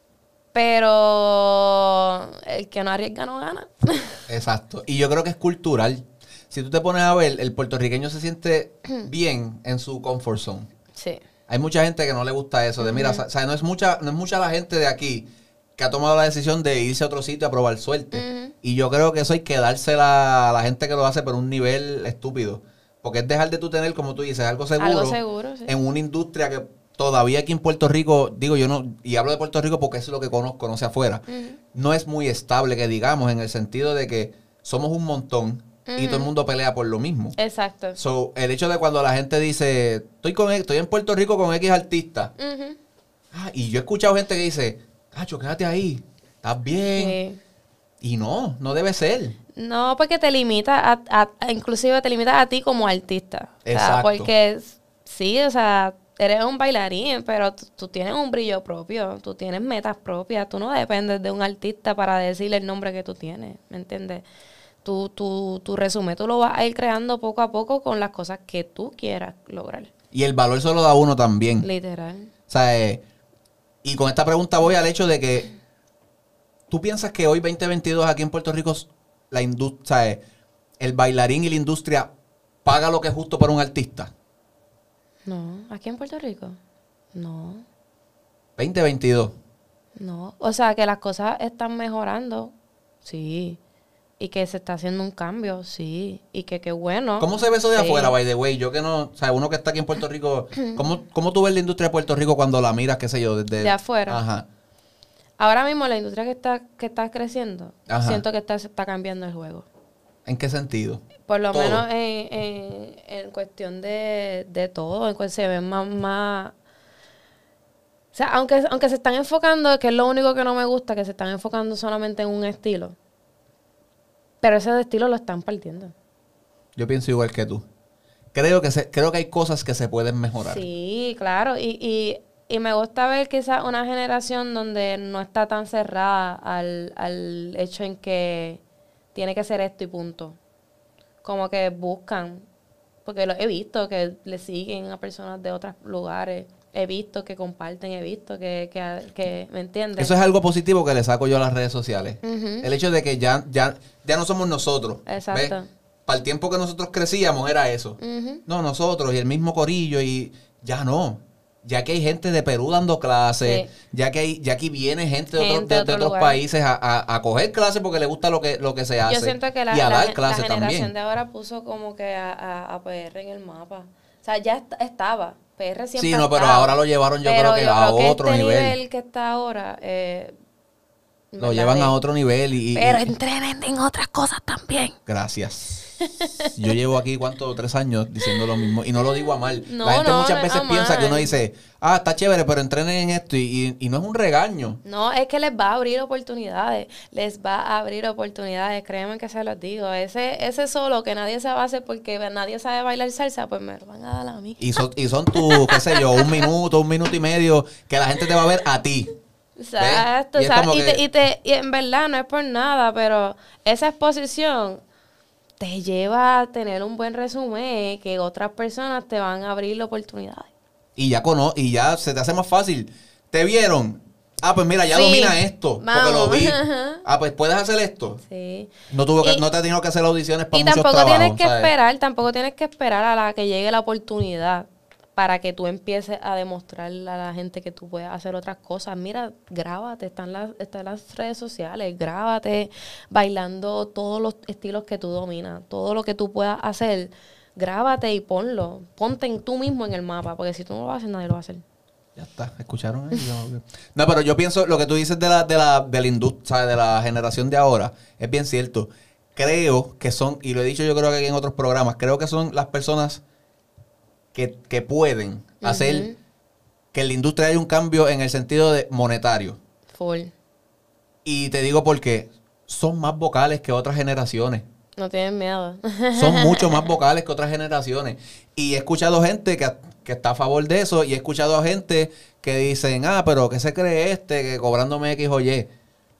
Pero el que no arriesga no gana.
Exacto. Y yo creo que es cultural. Si tú te pones a ver, el puertorriqueño se siente bien en su comfort zone.
Sí.
Hay mucha gente que no le gusta eso. De mira, o sea, no es mucha, no es mucha la gente de aquí que ha tomado la decisión de irse a otro sitio a probar suerte.
Ujú.
Y yo creo que eso hay que dársela a la gente que lo hace por un nivel estúpido. Porque es dejar de tú tener, como tú dices, algo seguro,
Algo seguro, sí.
en una industria que todavía aquí en Puerto Rico, digo yo no, y hablo de Puerto Rico porque eso es lo que conozco, no sé afuera,
Ujú.
no es muy estable, que digamos, en el sentido de que somos un montón y todo el mundo pelea por lo mismo.
Exacto.
So, el hecho de cuando la gente dice, estoy con estoy en Puerto Rico con X artista,
Ujú.
ah, y yo he escuchado gente que dice, Cacho, quédate ahí, estás bien.
Sí.
Y no, no debe ser.
No, porque te limita, a, a- a- inclusive te limita a ti como artista. O sea,
Exacto.
porque sí, o sea, eres un bailarín, pero tú, tú tienes un brillo propio, tú tienes metas propias, tú no dependes de un artista para decirle el nombre que tú tienes, ¿me entiendes? Tu, tu, tu resumen tú lo vas a ir creando poco a poco con las cosas que tú quieras lograr.
Y el valor se lo da uno también.
Literal.
O sea, eh, y con esta pregunta voy al hecho de que tú piensas que hoy veinte veintidós aquí en Puerto Rico la industria, o sea, eh, el bailarín y la industria paga lo que es justo para un artista.
No, aquí en Puerto Rico. No,
veinte veintidós.
no. O sea, que las cosas están mejorando, sí. Y que se está haciendo un cambio, sí. Y que qué bueno.
¿Cómo se ve eso de
Sí.
afuera, by the way? Yo que no, o sea, uno que está aquí en Puerto Rico, ¿cómo, cómo tú ves la industria de Puerto Rico cuando la miras, qué sé yo, desde...
De afuera.
Ajá.
Ahora mismo la industria que está, que está creciendo,
Ajá.
siento que está, se está cambiando el juego.
¿En qué sentido?
Por lo
Todo.
menos en, en, en cuestión de, de todo, en cuestión se ven más, más... O sea, aunque, aunque se están enfocando, que es lo único que no me gusta, que se están enfocando solamente en un estilo. Pero ese estilo lo están partiendo.
Yo pienso igual que tú. Creo que se, creo que hay cosas que se pueden mejorar.
Sí, claro. Y, y, y me gusta ver quizás una generación donde no está tan cerrada al, al hecho en que tiene que ser esto y punto. Como que buscan, porque lo he visto que le siguen a personas de otros lugares. He visto que comparten, he visto que, que, que ¿me entiendes?
Eso es algo positivo que le saco yo a las redes sociales.
Ujú.
El hecho de que ya, ya, ya no somos nosotros.
Exacto.
¿ves? Para el tiempo que nosotros crecíamos era eso.
Ujú.
No, nosotros y el mismo corillo y ya no. Ya que hay gente de Perú dando clases,
Sí.
ya que hay, ya aquí viene gente de, otros-
Gente
de-
de
de
otro
otros
lugar.
países a, a, a coger clases porque le gusta lo que, lo que se hace.
Yo siento que la,
y a
la
dar
gen-
clases
la generación
también.
de ahora puso como que a, a, a P R en el mapa. O sea, ya est- estaba. P R siempre
Sí,
ha
no, pero
estado.
ahora lo llevaron yo
Pero
creo que
yo
a
creo que
otro
este
nivel.
nivel que está ahora... Eh,
Lo
¿verdad?
llevan
De-
a otro nivel y... y-
Pero
y-
entrenen en otras cosas también.
Gracias. Yo llevo aquí, ¿cuánto? Tres años diciendo lo mismo. Y no lo digo a mal.
No,
La gente
no,
muchas
no
veces
es a
piensa que uno
mal.
dice, ah, está chévere, pero entrenen en esto. Y, y- y no es un regaño.
No, es que les va a abrir oportunidades. Les va a abrir oportunidades. Créanme que se los digo. Ese ese solo que nadie se va a hacer porque nadie sabe bailar salsa, pues me lo van a dar a mí.
Y son, y son tus, qué sé yo, un minuto, un minuto y medio que la gente te va a ver a ti.
Exacto,
¿Ves? Y es
exacto.
como
Y,
que-
te, y, te, y en verdad no es por nada, pero esa exposición te lleva a tener un buen resumen que otras personas te van a abrir oportunidades.
Y ya cono y ya se te hace más fácil. ¿Te vieron? Ah, pues mira, ya
Sí.
domina esto. Porque lo
Vamos.
vi. Ah, pues puedes hacer esto.
Sí.
No tuvo que,
Y-
no te ha tenido que hacer audiciones para
Y
muchos
tampoco
trabajos.
tienes que
¿sabes?
esperar, tampoco tienes que esperar a la que llegue la oportunidad para que tú empieces a demostrar a la gente que tú puedes hacer otras cosas. Mira, grábate, están las, están las redes sociales, grábate bailando todos los estilos que tú dominas, todo lo que tú puedas hacer, grábate y ponlo, ponte en tú mismo en el mapa, porque si tú no lo haces, nadie lo va a hacer.
Ya está, ¿escucharon? ahí? Yo- No, pero yo pienso, lo que tú dices de la, de la, de la industria, de la generación de ahora, es bien cierto. Creo que son, y lo he dicho yo creo que aquí en otros programas, creo que son las personas que, que pueden hacer
Ujú.
que en la industria haya un cambio en el sentido de monetario.
Full.
Y te digo porque son más vocales que otras generaciones.
No tienes miedo.
Son mucho más vocales que otras generaciones. Y he escuchado gente que, que está a favor de eso y he escuchado a gente que dicen, ah, pero ¿qué se cree este que cobrándome X o Y?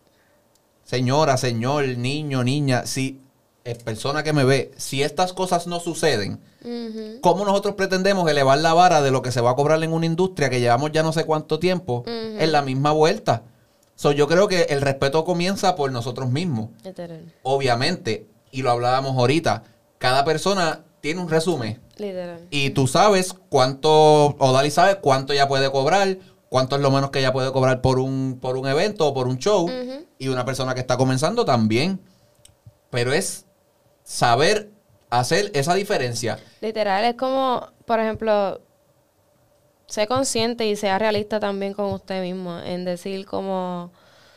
Señora, señor, niño, niña, si es persona que me ve, si estas cosas no suceden,
Ujú.
¿cómo nosotros pretendemos elevar la vara de lo que se va a cobrar en una industria que llevamos ya no sé cuánto tiempo
Ujú.
en la misma vuelta? So, yo creo que el respeto comienza por nosotros mismos.
Literal.
Obviamente, y lo hablábamos ahorita, cada persona tiene un resumen.
Literal.
Y tú sabes cuánto, o Dali sabe cuánto ella puede cobrar, cuánto es lo menos que ella puede cobrar por un, por un evento o por un show.
Ujú.
Y una persona que está comenzando también. Pero es saber hacer esa diferencia.
Literal, es como, por ejemplo, sé consciente y sea realista también con usted mismo en decir como,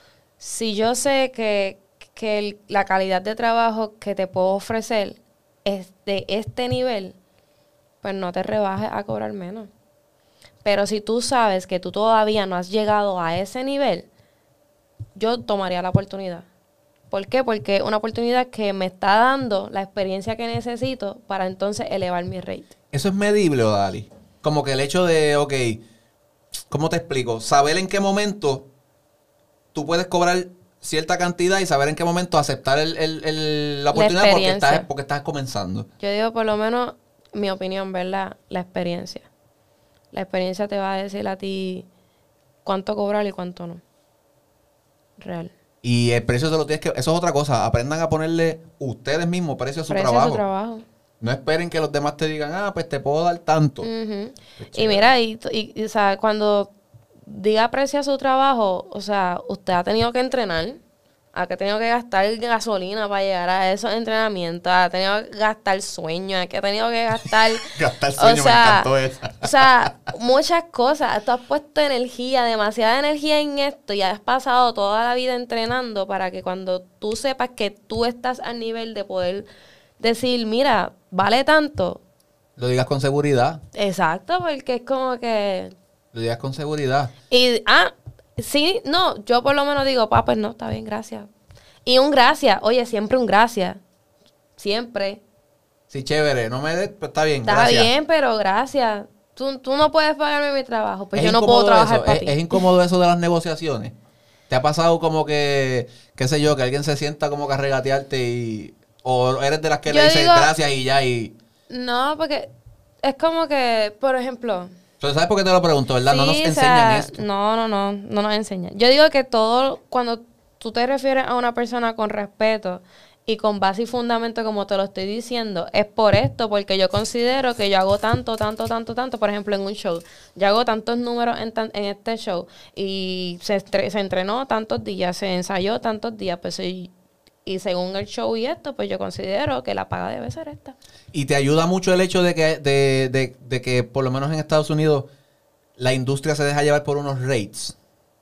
si yo sé que, que el- la calidad de trabajo que te puedo ofrecer es de este nivel, pues no te rebajes a cobrar menos. Pero si tú sabes que tú todavía no has llegado a ese nivel, yo tomaría la oportunidad. ¿Por qué? Porque es una oportunidad que me está dando la experiencia que necesito para entonces elevar mi rate.
¿Eso es medible, Dali? Como que el hecho de, ok, ¿cómo te explico? Saber en qué momento tú puedes cobrar cierta cantidad y saber en qué momento aceptar el, el- el- la oportunidad porque
experiencia.
estás, porque estás comenzando.
Yo digo, por lo menos, mi opinión, ¿verdad? La experiencia. La experiencia te va a decir a ti cuánto cobrar y cuánto no. Real.
Y el precio se lo tienes que... Eso es otra cosa. Aprendan a ponerle ustedes mismos precio a su
Precio a
trabajo.
su trabajo.
No esperen que los demás te digan, ah, pues te puedo dar tanto.
Ujú.
Qué
Y
chévere.
mira, y, y- y, o sea, cuando diga aprecia su trabajo, o sea, usted ha tenido que entrenar, ha que tenido que gastar gasolina para llegar a esos entrenamientos, ha tenido que gastar sueño, ha que ha tenido que gastar...
Gastar sueño,
o sea,
me encantó esa.
O sea, muchas cosas. Tú has puesto energía, demasiada energía en esto y has pasado toda la vida entrenando para que cuando tú sepas que tú estás al nivel de poder decir, mira, vale tanto.
Lo digas con seguridad.
Exacto, porque es como que...
Lo digas con seguridad.
Y, ah, sí, no, yo por lo menos digo, pa, pues no, está bien, gracias. Y un gracias, oye, siempre un gracias. Siempre.
Sí, chévere. No me des, pues está bien,
Está
gracias.
bien, pero gracias. Tú, tú no puedes pagarme mi trabajo, pues
Es
yo no puedo
incómodo
trabajar
eso.
para
es,
ti.
es incómodo eso de las negociaciones. ¿Te ha pasado como que, qué sé yo, que alguien se sienta como que a regatearte y... O eres de las que
Yo
le dices
digo-
gracias y ya y...
No, porque es como que, por ejemplo...
Entonces, ¿sabes por qué te lo pregunto, verdad? no nos
sí, o
enseñan
sea,
esto.
No, no, no, no nos enseñan. Yo digo que todo, cuando tú te refieres a una persona con respeto y con base y fundamento, como te lo estoy diciendo, es por esto, porque yo considero que yo hago tanto, tanto, tanto, tanto, por ejemplo, en un show. Yo hago tantos números en, tan- en este show y se, estre- se entrenó tantos días, se ensayó tantos días, pues soy... Y según el show y esto, pues yo considero que la paga debe ser esta.
Y te ayuda mucho el hecho de que, de, de, de que por lo menos en Estados Unidos, la industria se deja llevar por unos rates.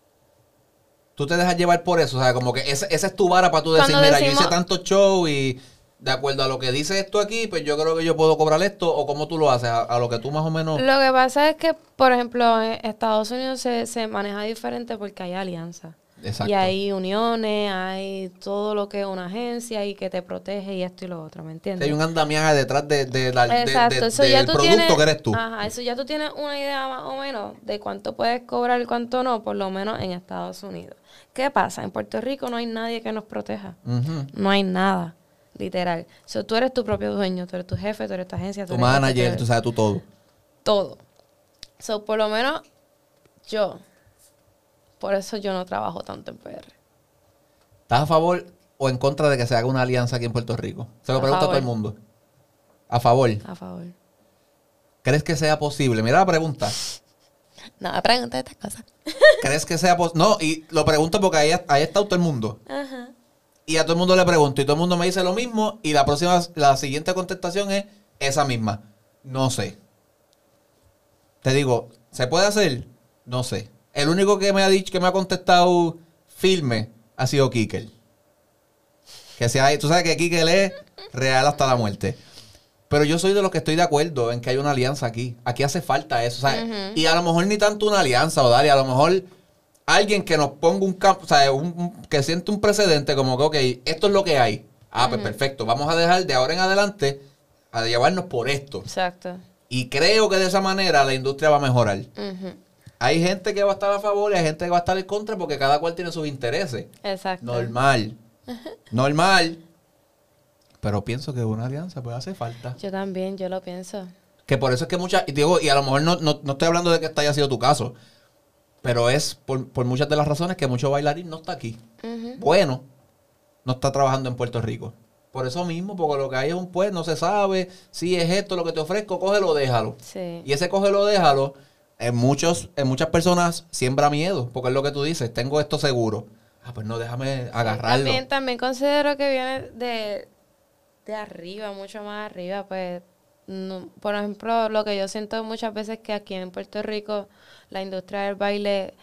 Tú te dejas llevar por eso, o sea, como que esa, esa es tu vara para tú decir,
Cuando
mira,
decimos-
yo hice tantos shows y de acuerdo a lo que dice esto aquí, pues yo creo que yo puedo cobrar esto, o cómo tú lo haces, a, a lo que tú más o menos...
Lo que pasa es que, por ejemplo, en Estados Unidos se, se maneja diferente porque hay alianzas.
Exacto.
Y hay uniones, hay todo lo que es una agencia y que te protege y esto y lo otro, ¿me entiendes?
Hay un andamiaje detrás de, de la- de-
Exacto,
de-
eso
del
ya tú
producto
tienes,
que eres tú.
Ajá, eso ya tú tienes una idea más o menos de cuánto puedes cobrar y cuánto no, por lo menos en Estados Unidos. ¿Qué pasa? En Puerto Rico no hay nadie que nos proteja.
Ujú.
No hay nada, literal. So, tú eres tu propio dueño, tú eres tu jefe, tú eres tu agencia,
Tu
tú eres esto, tú
manager,
eres
tú sabes, tú todo.
todo. So, por lo menos yo, por eso yo no trabajo tanto en P R.
¿Estás a favor o en contra de que se haga una alianza aquí en Puerto Rico? Se lo
A
pregunto a todo
favor.
el mundo. ¿A favor?
A favor.
¿Crees que sea posible? Mira la pregunta.
No, pregunta estas cosas.
¿Crees que sea posible? No, y lo pregunto porque ahí, ahí está todo el mundo.
Ajá.
Y a todo el mundo le pregunto y todo el mundo me dice lo mismo y la próxima, la siguiente contestación es esa misma. No sé. Te digo, ¿se puede hacer? No sé. El único que me ha dicho, que me ha contestado firme ha sido Kikel. Que sea, tú sabes que Kikel es real hasta la muerte. Pero yo soy de los que estoy de acuerdo en que hay una alianza aquí. Aquí hace falta eso. ¿Sabes?
Ujú.
Y a lo mejor ni tanto una alianza, Odalia. A lo mejor alguien que nos ponga un campo, o sea, un, un- que siente un precedente como que, ok, esto es lo que hay. Ah, pues perfecto. Vamos a dejar de ahora en adelante a llevarnos por esto.
Exacto.
Y creo que de esa manera la industria va a mejorar.
Ujú.
Hay gente que va a estar a favor y hay gente que va a estar en contra porque cada cual tiene sus intereses.
Exacto.
Normal. Normal. Pero pienso que una alianza puede hacer falta.
Yo también, yo lo pienso.
Que por eso es que muchas, y digo, y a lo mejor no, no, no estoy hablando de que este haya sido tu caso, pero es por, por muchas de las razones que mucho bailarín no está aquí.
Ujú.
Bueno, no está trabajando en Puerto Rico. Por eso mismo, porque lo que hay es un pues, no se sabe, si es esto lo que te ofrezco, cógelo, déjalo.
Sí.
Y ese cógelo, déjalo, en, muchos, en muchas personas siembra miedo, porque es lo que tú dices, tengo esto seguro. Ah, pues no, déjame agarrarlo.
También, también considero que viene de, de arriba, mucho más arriba. Pues, no- por ejemplo, lo que yo siento muchas veces que aquí en Puerto Rico la industria del baile,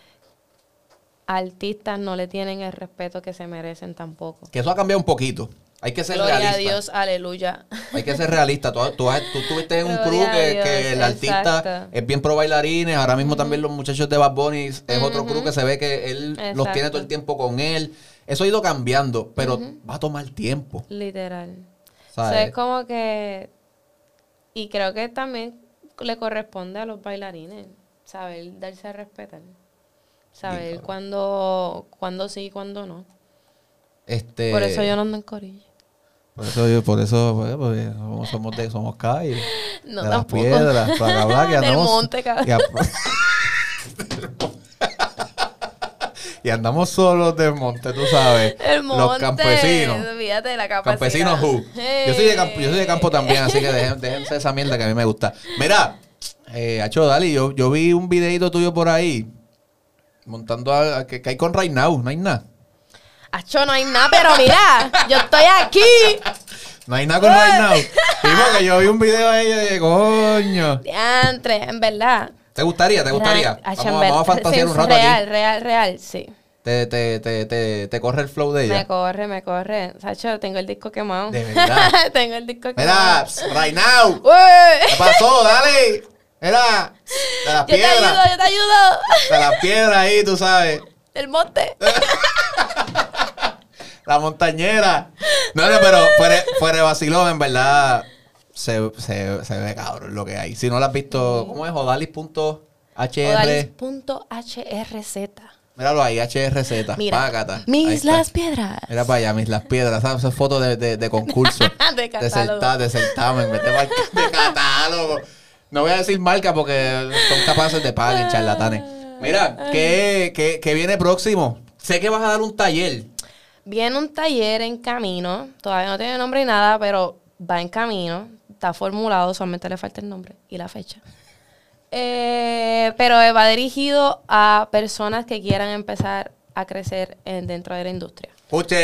artistas no le tienen el respeto que se merecen tampoco.
Que eso ha cambiado un poquito. Hay que ser
Gloria
realista.
a Dios, aleluya.
Hay que ser realista. Tú, tú, has- tú estuviste en un crew
Gloria a
que,
Dios,
que el artista
exacto.
es bien pro bailarines. Ahora mismo también los muchachos de Bad Bunny es otro crew
Ujú.
que se ve que él los
Exacto.
tiene todo el tiempo con él. Eso ha ido cambiando, pero va a tomar tiempo.
Literal. O
¿Sabes?
sea, es como que... Y creo que también le corresponde a los bailarines saber darse a respetar. Saber
Bien, cabrón.
cuándo, cuándo sí y cuándo no.
Este,
Por eso yo no ando en corillo.
Por eso, yo- por eso pues, pues, somos, somos de somos calle.
No,
de las
tampoco.
piedras, para hablar que
Del
andamos.
monte, cabrón.
y, a- y andamos solos del monte, tú sabes.
El monte.
Los campesinos.
Olvídate de la capacidad.
Campesinos who. Yo soy de campo, yo soy de campo también, así que dejen, déjense esa mierda que a mí me gusta. Mira, eh, Acho, Dali, yo, yo vi un videito tuyo por ahí montando a, a- que, que hay con Right Now, no hay nada.
Acho, no hay nada, pero mira, yo estoy aquí.
No hay nada con Right Now. Sí, porque yo vi un video ahí de coño.
Diantre, en verdad.
¿Te gustaría? ¿Te gustaría?
Ra- Acho,
Vamos,
en
a- vamos a
verdad,
fantasear
sí,
un rato
real,
aquí.
real, real, sí.
Te, te, te, te, te corre el flow de
Me
ella.
corre, me corre. Sacho, tengo el disco quemado.
De verdad.
tengo el disco
Mira,
quemado.
pss, Right Now.
Uy.
¿Qué pasó? Dale. Mira, de las
Yo te ayudo,
piedras.
yo te ayudo.
De las piedras ahí, tú sabes.
El monte.
La montañera. No, no, pero fuera, fuera de vacilón, en verdad, se, se, se ve cabrón lo que hay. Si no lo has visto, ¿cómo es? Odalis punto H R.
Odalis.hrz.
Míralo ahí, H R Z.
Mira,
Págata. Ahí
mis
está.
las piedras.
Mira para allá, mis las piedras. ¿Sabes? Esa foto de, de, de concurso.
De
de,
catálogo.
certa- de certamen. Vete pa'l- de catálogo. No voy a decir marca porque son capaces de pagar, charlatanes. Mira, ¿qué, qué, qué viene próximo? Sé que vas a dar un taller.
Viene un taller en camino. Todavía no tiene nombre y nada, pero va en camino. Está formulado, solamente le falta el nombre y la fecha. Eh, pero va dirigido a personas que quieran empezar a crecer en- dentro de la industria.
Escuchen.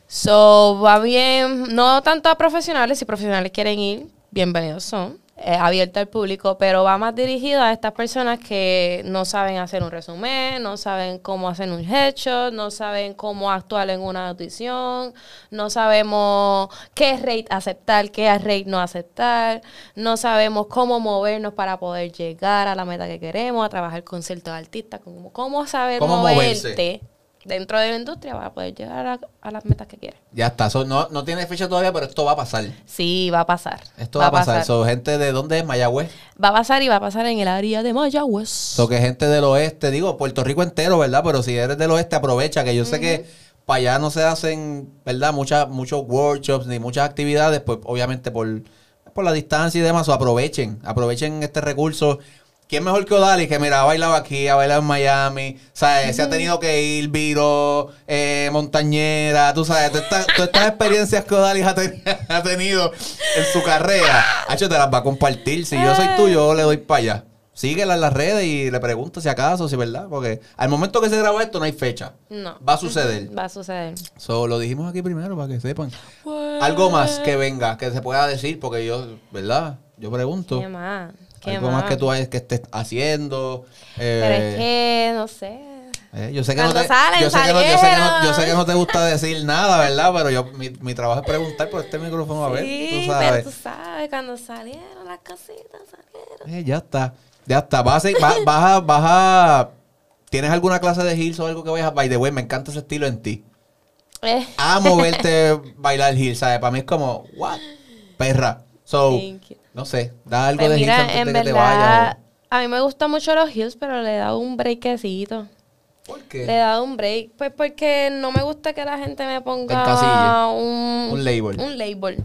So, va bien, no tanto a profesionales, si profesionales quieren ir, bienvenidos son, eh, abierto al público, pero va más dirigido a estas personas que no saben hacer un resumen, no saben cómo hacer un headshot, no saben cómo actuar en una audición, no sabemos qué rate aceptar, qué rate no aceptar, no sabemos cómo movernos para poder llegar a la meta que queremos, a trabajar con ciertos artistas, cómo, cómo saber
¿Cómo
moverte
moverse?
dentro de la industria para poder llegar a, a las metas que quieres.
Ya está. So, no, no tiene fecha todavía, pero esto va a pasar.
Sí, va a pasar.
Esto va, a pasar. So, gente de dónde es Mayagüez.
Va a pasar y va a pasar en el área de Mayagüez.
So, que gente del oeste, digo, Puerto Rico entero, ¿verdad? Pero si eres del oeste, aprovecha, que yo sé que para allá no se hacen, ¿verdad? Muchas, muchos workshops ni muchas actividades, pues obviamente por, por la distancia y demás. So, aprovechen, aprovechen este recurso. ¿Quién mejor que Odalis? Que mira, ha bailado aquí, ha bailado en Miami, ¿sabes? Se ha tenido que ir, Viro, eh, Montañera, tú sabes, todas estas, todas estas experiencias que Odalis ha, ten- ha tenido en su carrera. Hacho, te las va a compartir. Si yo soy tú, yo le doy para allá. Síguela en las redes y le pregunto si acaso, si verdad, porque al momento que se graba esto no hay fecha.
No.
Va a suceder.
Va a suceder.
So, lo dijimos aquí primero para que sepan. Algo más que venga, que se pueda decir, porque yo, ¿verdad? Yo pregunto.
¿Qué más? ¿Qué
Algo más que tú hayas que estés haciendo. eh,
Pero es que, no sé.
eh, yo sé que no
Cuando
te,
salen,
yo sé que no, yo sé que no,
salieron.
yo sé que no te gusta decir nada, ¿verdad? Pero yo mi, mi trabajo es preguntar por este micrófono a ver,
Sí,
tú
pero
sabes.
tú sabes, cuando salieron las cositas, salieron.
Eh, ya está, ya está. Vas a, seguir- vas, vas a, vas a- ¿tienes alguna clase de heels o algo que vayas a? By the way, me encanta ese estilo en ti.
Eh,
Amo verte bailar heels, ¿sabes? Para mí es como, what? Perra. So,
Thank you.
no sé, da algo
pues
de heels
mira,
antes
en
de que te
verdad,
vayas.
a mí me gustan mucho los heels, pero le he dado un breakcito.
o- ¿Por
Le he
qué?
dado un break, pues porque no me gusta que la gente me ponga
encasille.
un,
Un label.
Un label.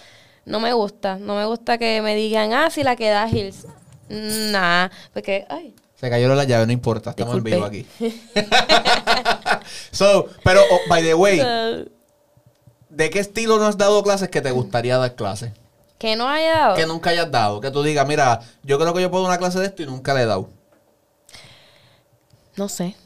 No me gusta, no me gusta que me digan, ah, si la que da heels. Nah, porque, ay,
Se cayeron las llaves, no importa, estamos
Disculpe.
en vivo aquí. So, pero, oh, by the way,
uh,
¿de qué estilo no has dado clases que te gustaría dar clases?
que no haya dado.
Que nunca hayas dado. Que tú digas, mira, yo creo que yo puedo dar una clase de esto y nunca le he dado.
No sé.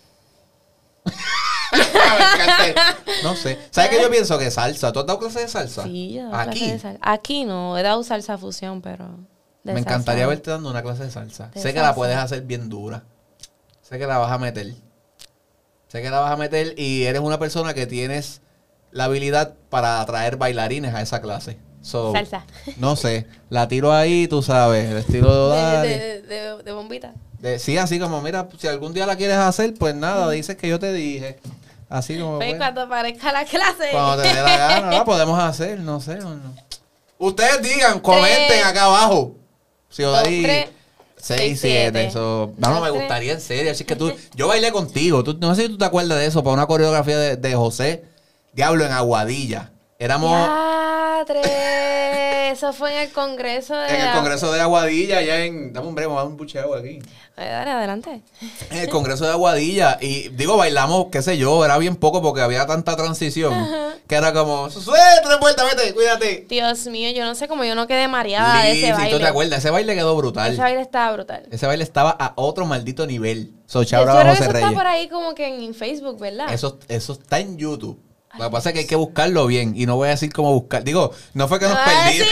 No sé. ¿Sabes qué yo pienso? Que salsa. ¿Tú has dado clases de salsa?
Sí, yo he dado
Aquí.
clase de sal- Aquí no, he dado salsa fusión, pero. de
Me encantaría
salsa.
verte dando una clase de salsa.
De
sé que la
salsa.
puedes hacer bien dura. Sé que la vas a meter. Sé que la vas a meter y eres una persona que tienes la habilidad para atraer bailarines a esa clase. So,
Salsa.
No sé. La tiro ahí, tú sabes, el estilo de
De,
Odalis.
de, de, de bombita.
De- sí, así como, mira, si algún día la quieres hacer, pues nada, dices que yo te dije. Así como.
Pues
pues,
cuando aparezca la clase.
cuando te dé la gana, la podemos hacer, no sé. o no. Ustedes digan, comenten
Tres.
acá abajo. Si
Dos,
Odalis.
tres,
seis,
seis,
siete.
siete.
Eso. No, no,
Dos,
me
tres.
gustaría en serio. Así que tú. Yo bailé contigo. Tú, no sé si tú te acuerdas de eso, para una coreografía de, de José. Diablo, en Aguadilla. Éramos
Diatre, eso fue en el congreso de.
en el
la-
congreso de Aguadilla, allá en. Dame un breve, vamos a dar un bucheo aquí.
Ay, dale, adelante.
En el congreso de Aguadilla. Y digo, bailamos, qué sé yo, era bien poco porque había tanta transición. Que era como, suelta de vuelta, vete, cuídate.
Dios mío, yo no sé cómo yo no quedé mareada de
Liz,
ese
si
baile.
tú te acuerdas, ese baile quedó brutal.
Ese baile estaba brutal.
Ese baile estaba a otro maldito nivel. So,
Yo
shout out
creo
a
que
José
eso
Reyes.
está por ahí como que en Facebook, ¿verdad?
Eso, eso está en YouTube. Lo que pasa es que hay que buscarlo bien. Y no voy a decir cómo buscar. Digo, no fue que nos
Ah,
perdimos.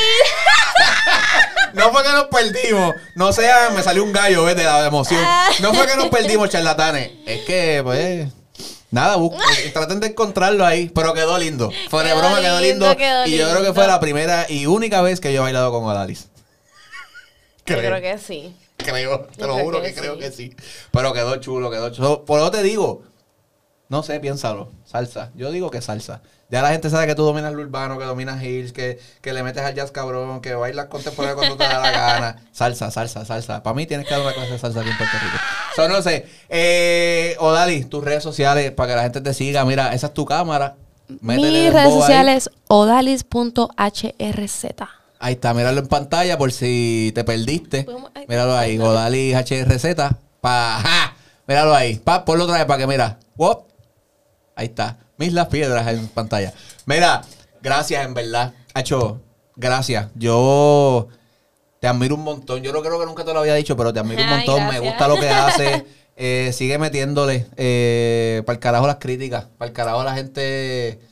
No fue que nos perdimos. No sea, me salió un gallo, ¿ves? De la emoción. No fue que nos perdimos, charlatanes. Es que, pues. Nada, bus- eh, traten de encontrarlo ahí. Pero quedó lindo. Fuera de
Quedó
broma, quedó lindo.
lindo, quedó
y yo creo que
lindo.
fue la primera y única vez que yo he bailado con Odalis.
Yo creo que sí.
Creo, te
Yo
lo
creo
juro que,
que
creo
sí.
que sí. Pero quedó chulo, quedó chulo. Por eso te digo, no sé, piénsalo. Salsa. Yo digo que salsa. Ya la gente sabe que tú dominas lo urbano, que dominas hills, que, que le metes al jazz cabrón, que bailas contemporáneo cuando te da la gana. Salsa, salsa, salsa. Para mí tienes que dar una clase de salsa aquí en Puerto Rico. So, no sé. Eh, Odalis, tus redes sociales para que la gente te siga. Mira, esa es tu cámara. Métele
Mis
dembow
redes
ahí.
sociales, odalis punto h r z.
Ahí está, míralo en pantalla por si te perdiste.
Podemos- ay,
Míralo ahí,
ay,
Odalis H R Z. Pa, ¡ja! Míralo ahí. Pa, ponlo otra vez para que mira. Wop. Ahí está. Mis las piedras en pantalla. Mira, gracias en verdad. Hacho, gracias. Yo te admiro un montón. Yo no creo que nunca te lo había dicho, pero te admiro un
Ay,
montón. Me
gracias.
gusta lo que haces. Eh, sigue metiéndole. Eh, para el carajo las críticas. Para el carajo la gente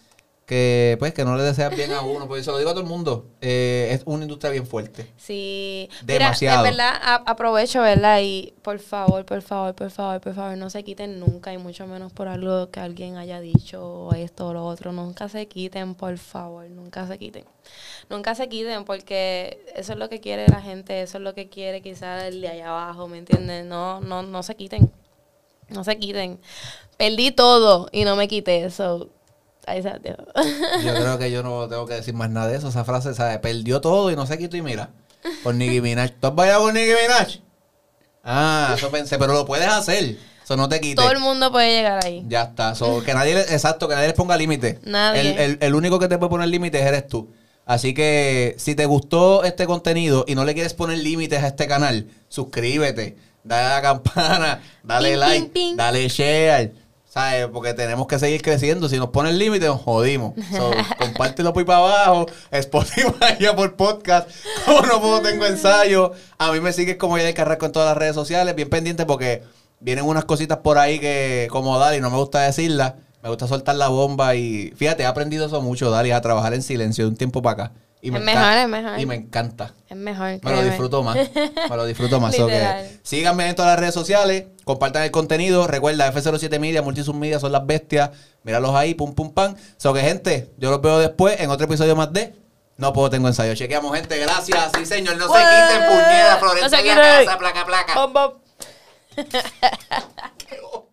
que pues que no le deseas bien a uno, porque se lo digo a todo el mundo, eh, es una industria bien fuerte.
Sí,
demasiado.
Mira, en verdad, a, aprovecho, ¿verdad? Y por favor, por favor, por favor, por favor, no se quiten nunca, y mucho menos por algo que alguien haya dicho, o esto o lo otro. Nunca se quiten, por favor, nunca se quiten. Nunca se quiten, porque eso es lo que quiere la gente, eso es lo que quiere quizás el de allá abajo, ¿me entiendes? No, no, no se quiten, no se quiten. Perdí todo y no me quité eso. Ahí se yo
creo que yo no tengo que decir más nada de eso. Esa frase, ¿sabes? Perdió todo y no se quitó y mira. Con Nicki Minaj. ¿Tú has bailado con Nicki Minaj? Ah, eso pensé, pero lo puedes hacer. Eso no te quites.
Todo el mundo puede llegar ahí.
Ya está. So, que nadie, le, exacto, que nadie les ponga límite.
Nadie.
El, el, el único que te puede poner límites eres tú. Así que si te gustó este contenido y no le quieres poner límites a este canal, suscríbete, dale a la campana, dale
Ping,
like,
ping, ping.
dale share. ¿Sabes? Porque tenemos que seguir creciendo. Si nos pone el límite, nos jodimos. So, compártelo por ahí para abajo. Spotify ya por podcast. Como no puedo, tengo ensayo. A mí me sigues como Yadiel Carrasco en todas las redes sociales. Bien pendiente porque vienen unas cositas por ahí que, como Dali, no me gusta decirlas. Me gusta soltar la bomba y... Fíjate, he aprendido eso mucho, Dali, a trabajar en silencio de un tiempo para acá. Y me
Es
encanta,
mejor, es mejor.
Y me encanta.
Es mejor.
Me lo
créeme.
disfruto más. Me lo disfruto más. So que
Literal.
síganme en todas las redes sociales. Compartan el contenido. Recuerda, F cero siete Media, Multisub Media son las bestias. Míralos ahí, pum, pum, pam. So que, gente, yo los veo después en otro episodio más de No Puedo Tengo Ensayo. Chequeamos, gente. Gracias. Sí, señor. No se quiten, puñera. Florencia
No se
en la
quiten.
casa, placa, placa.
Bom, bom.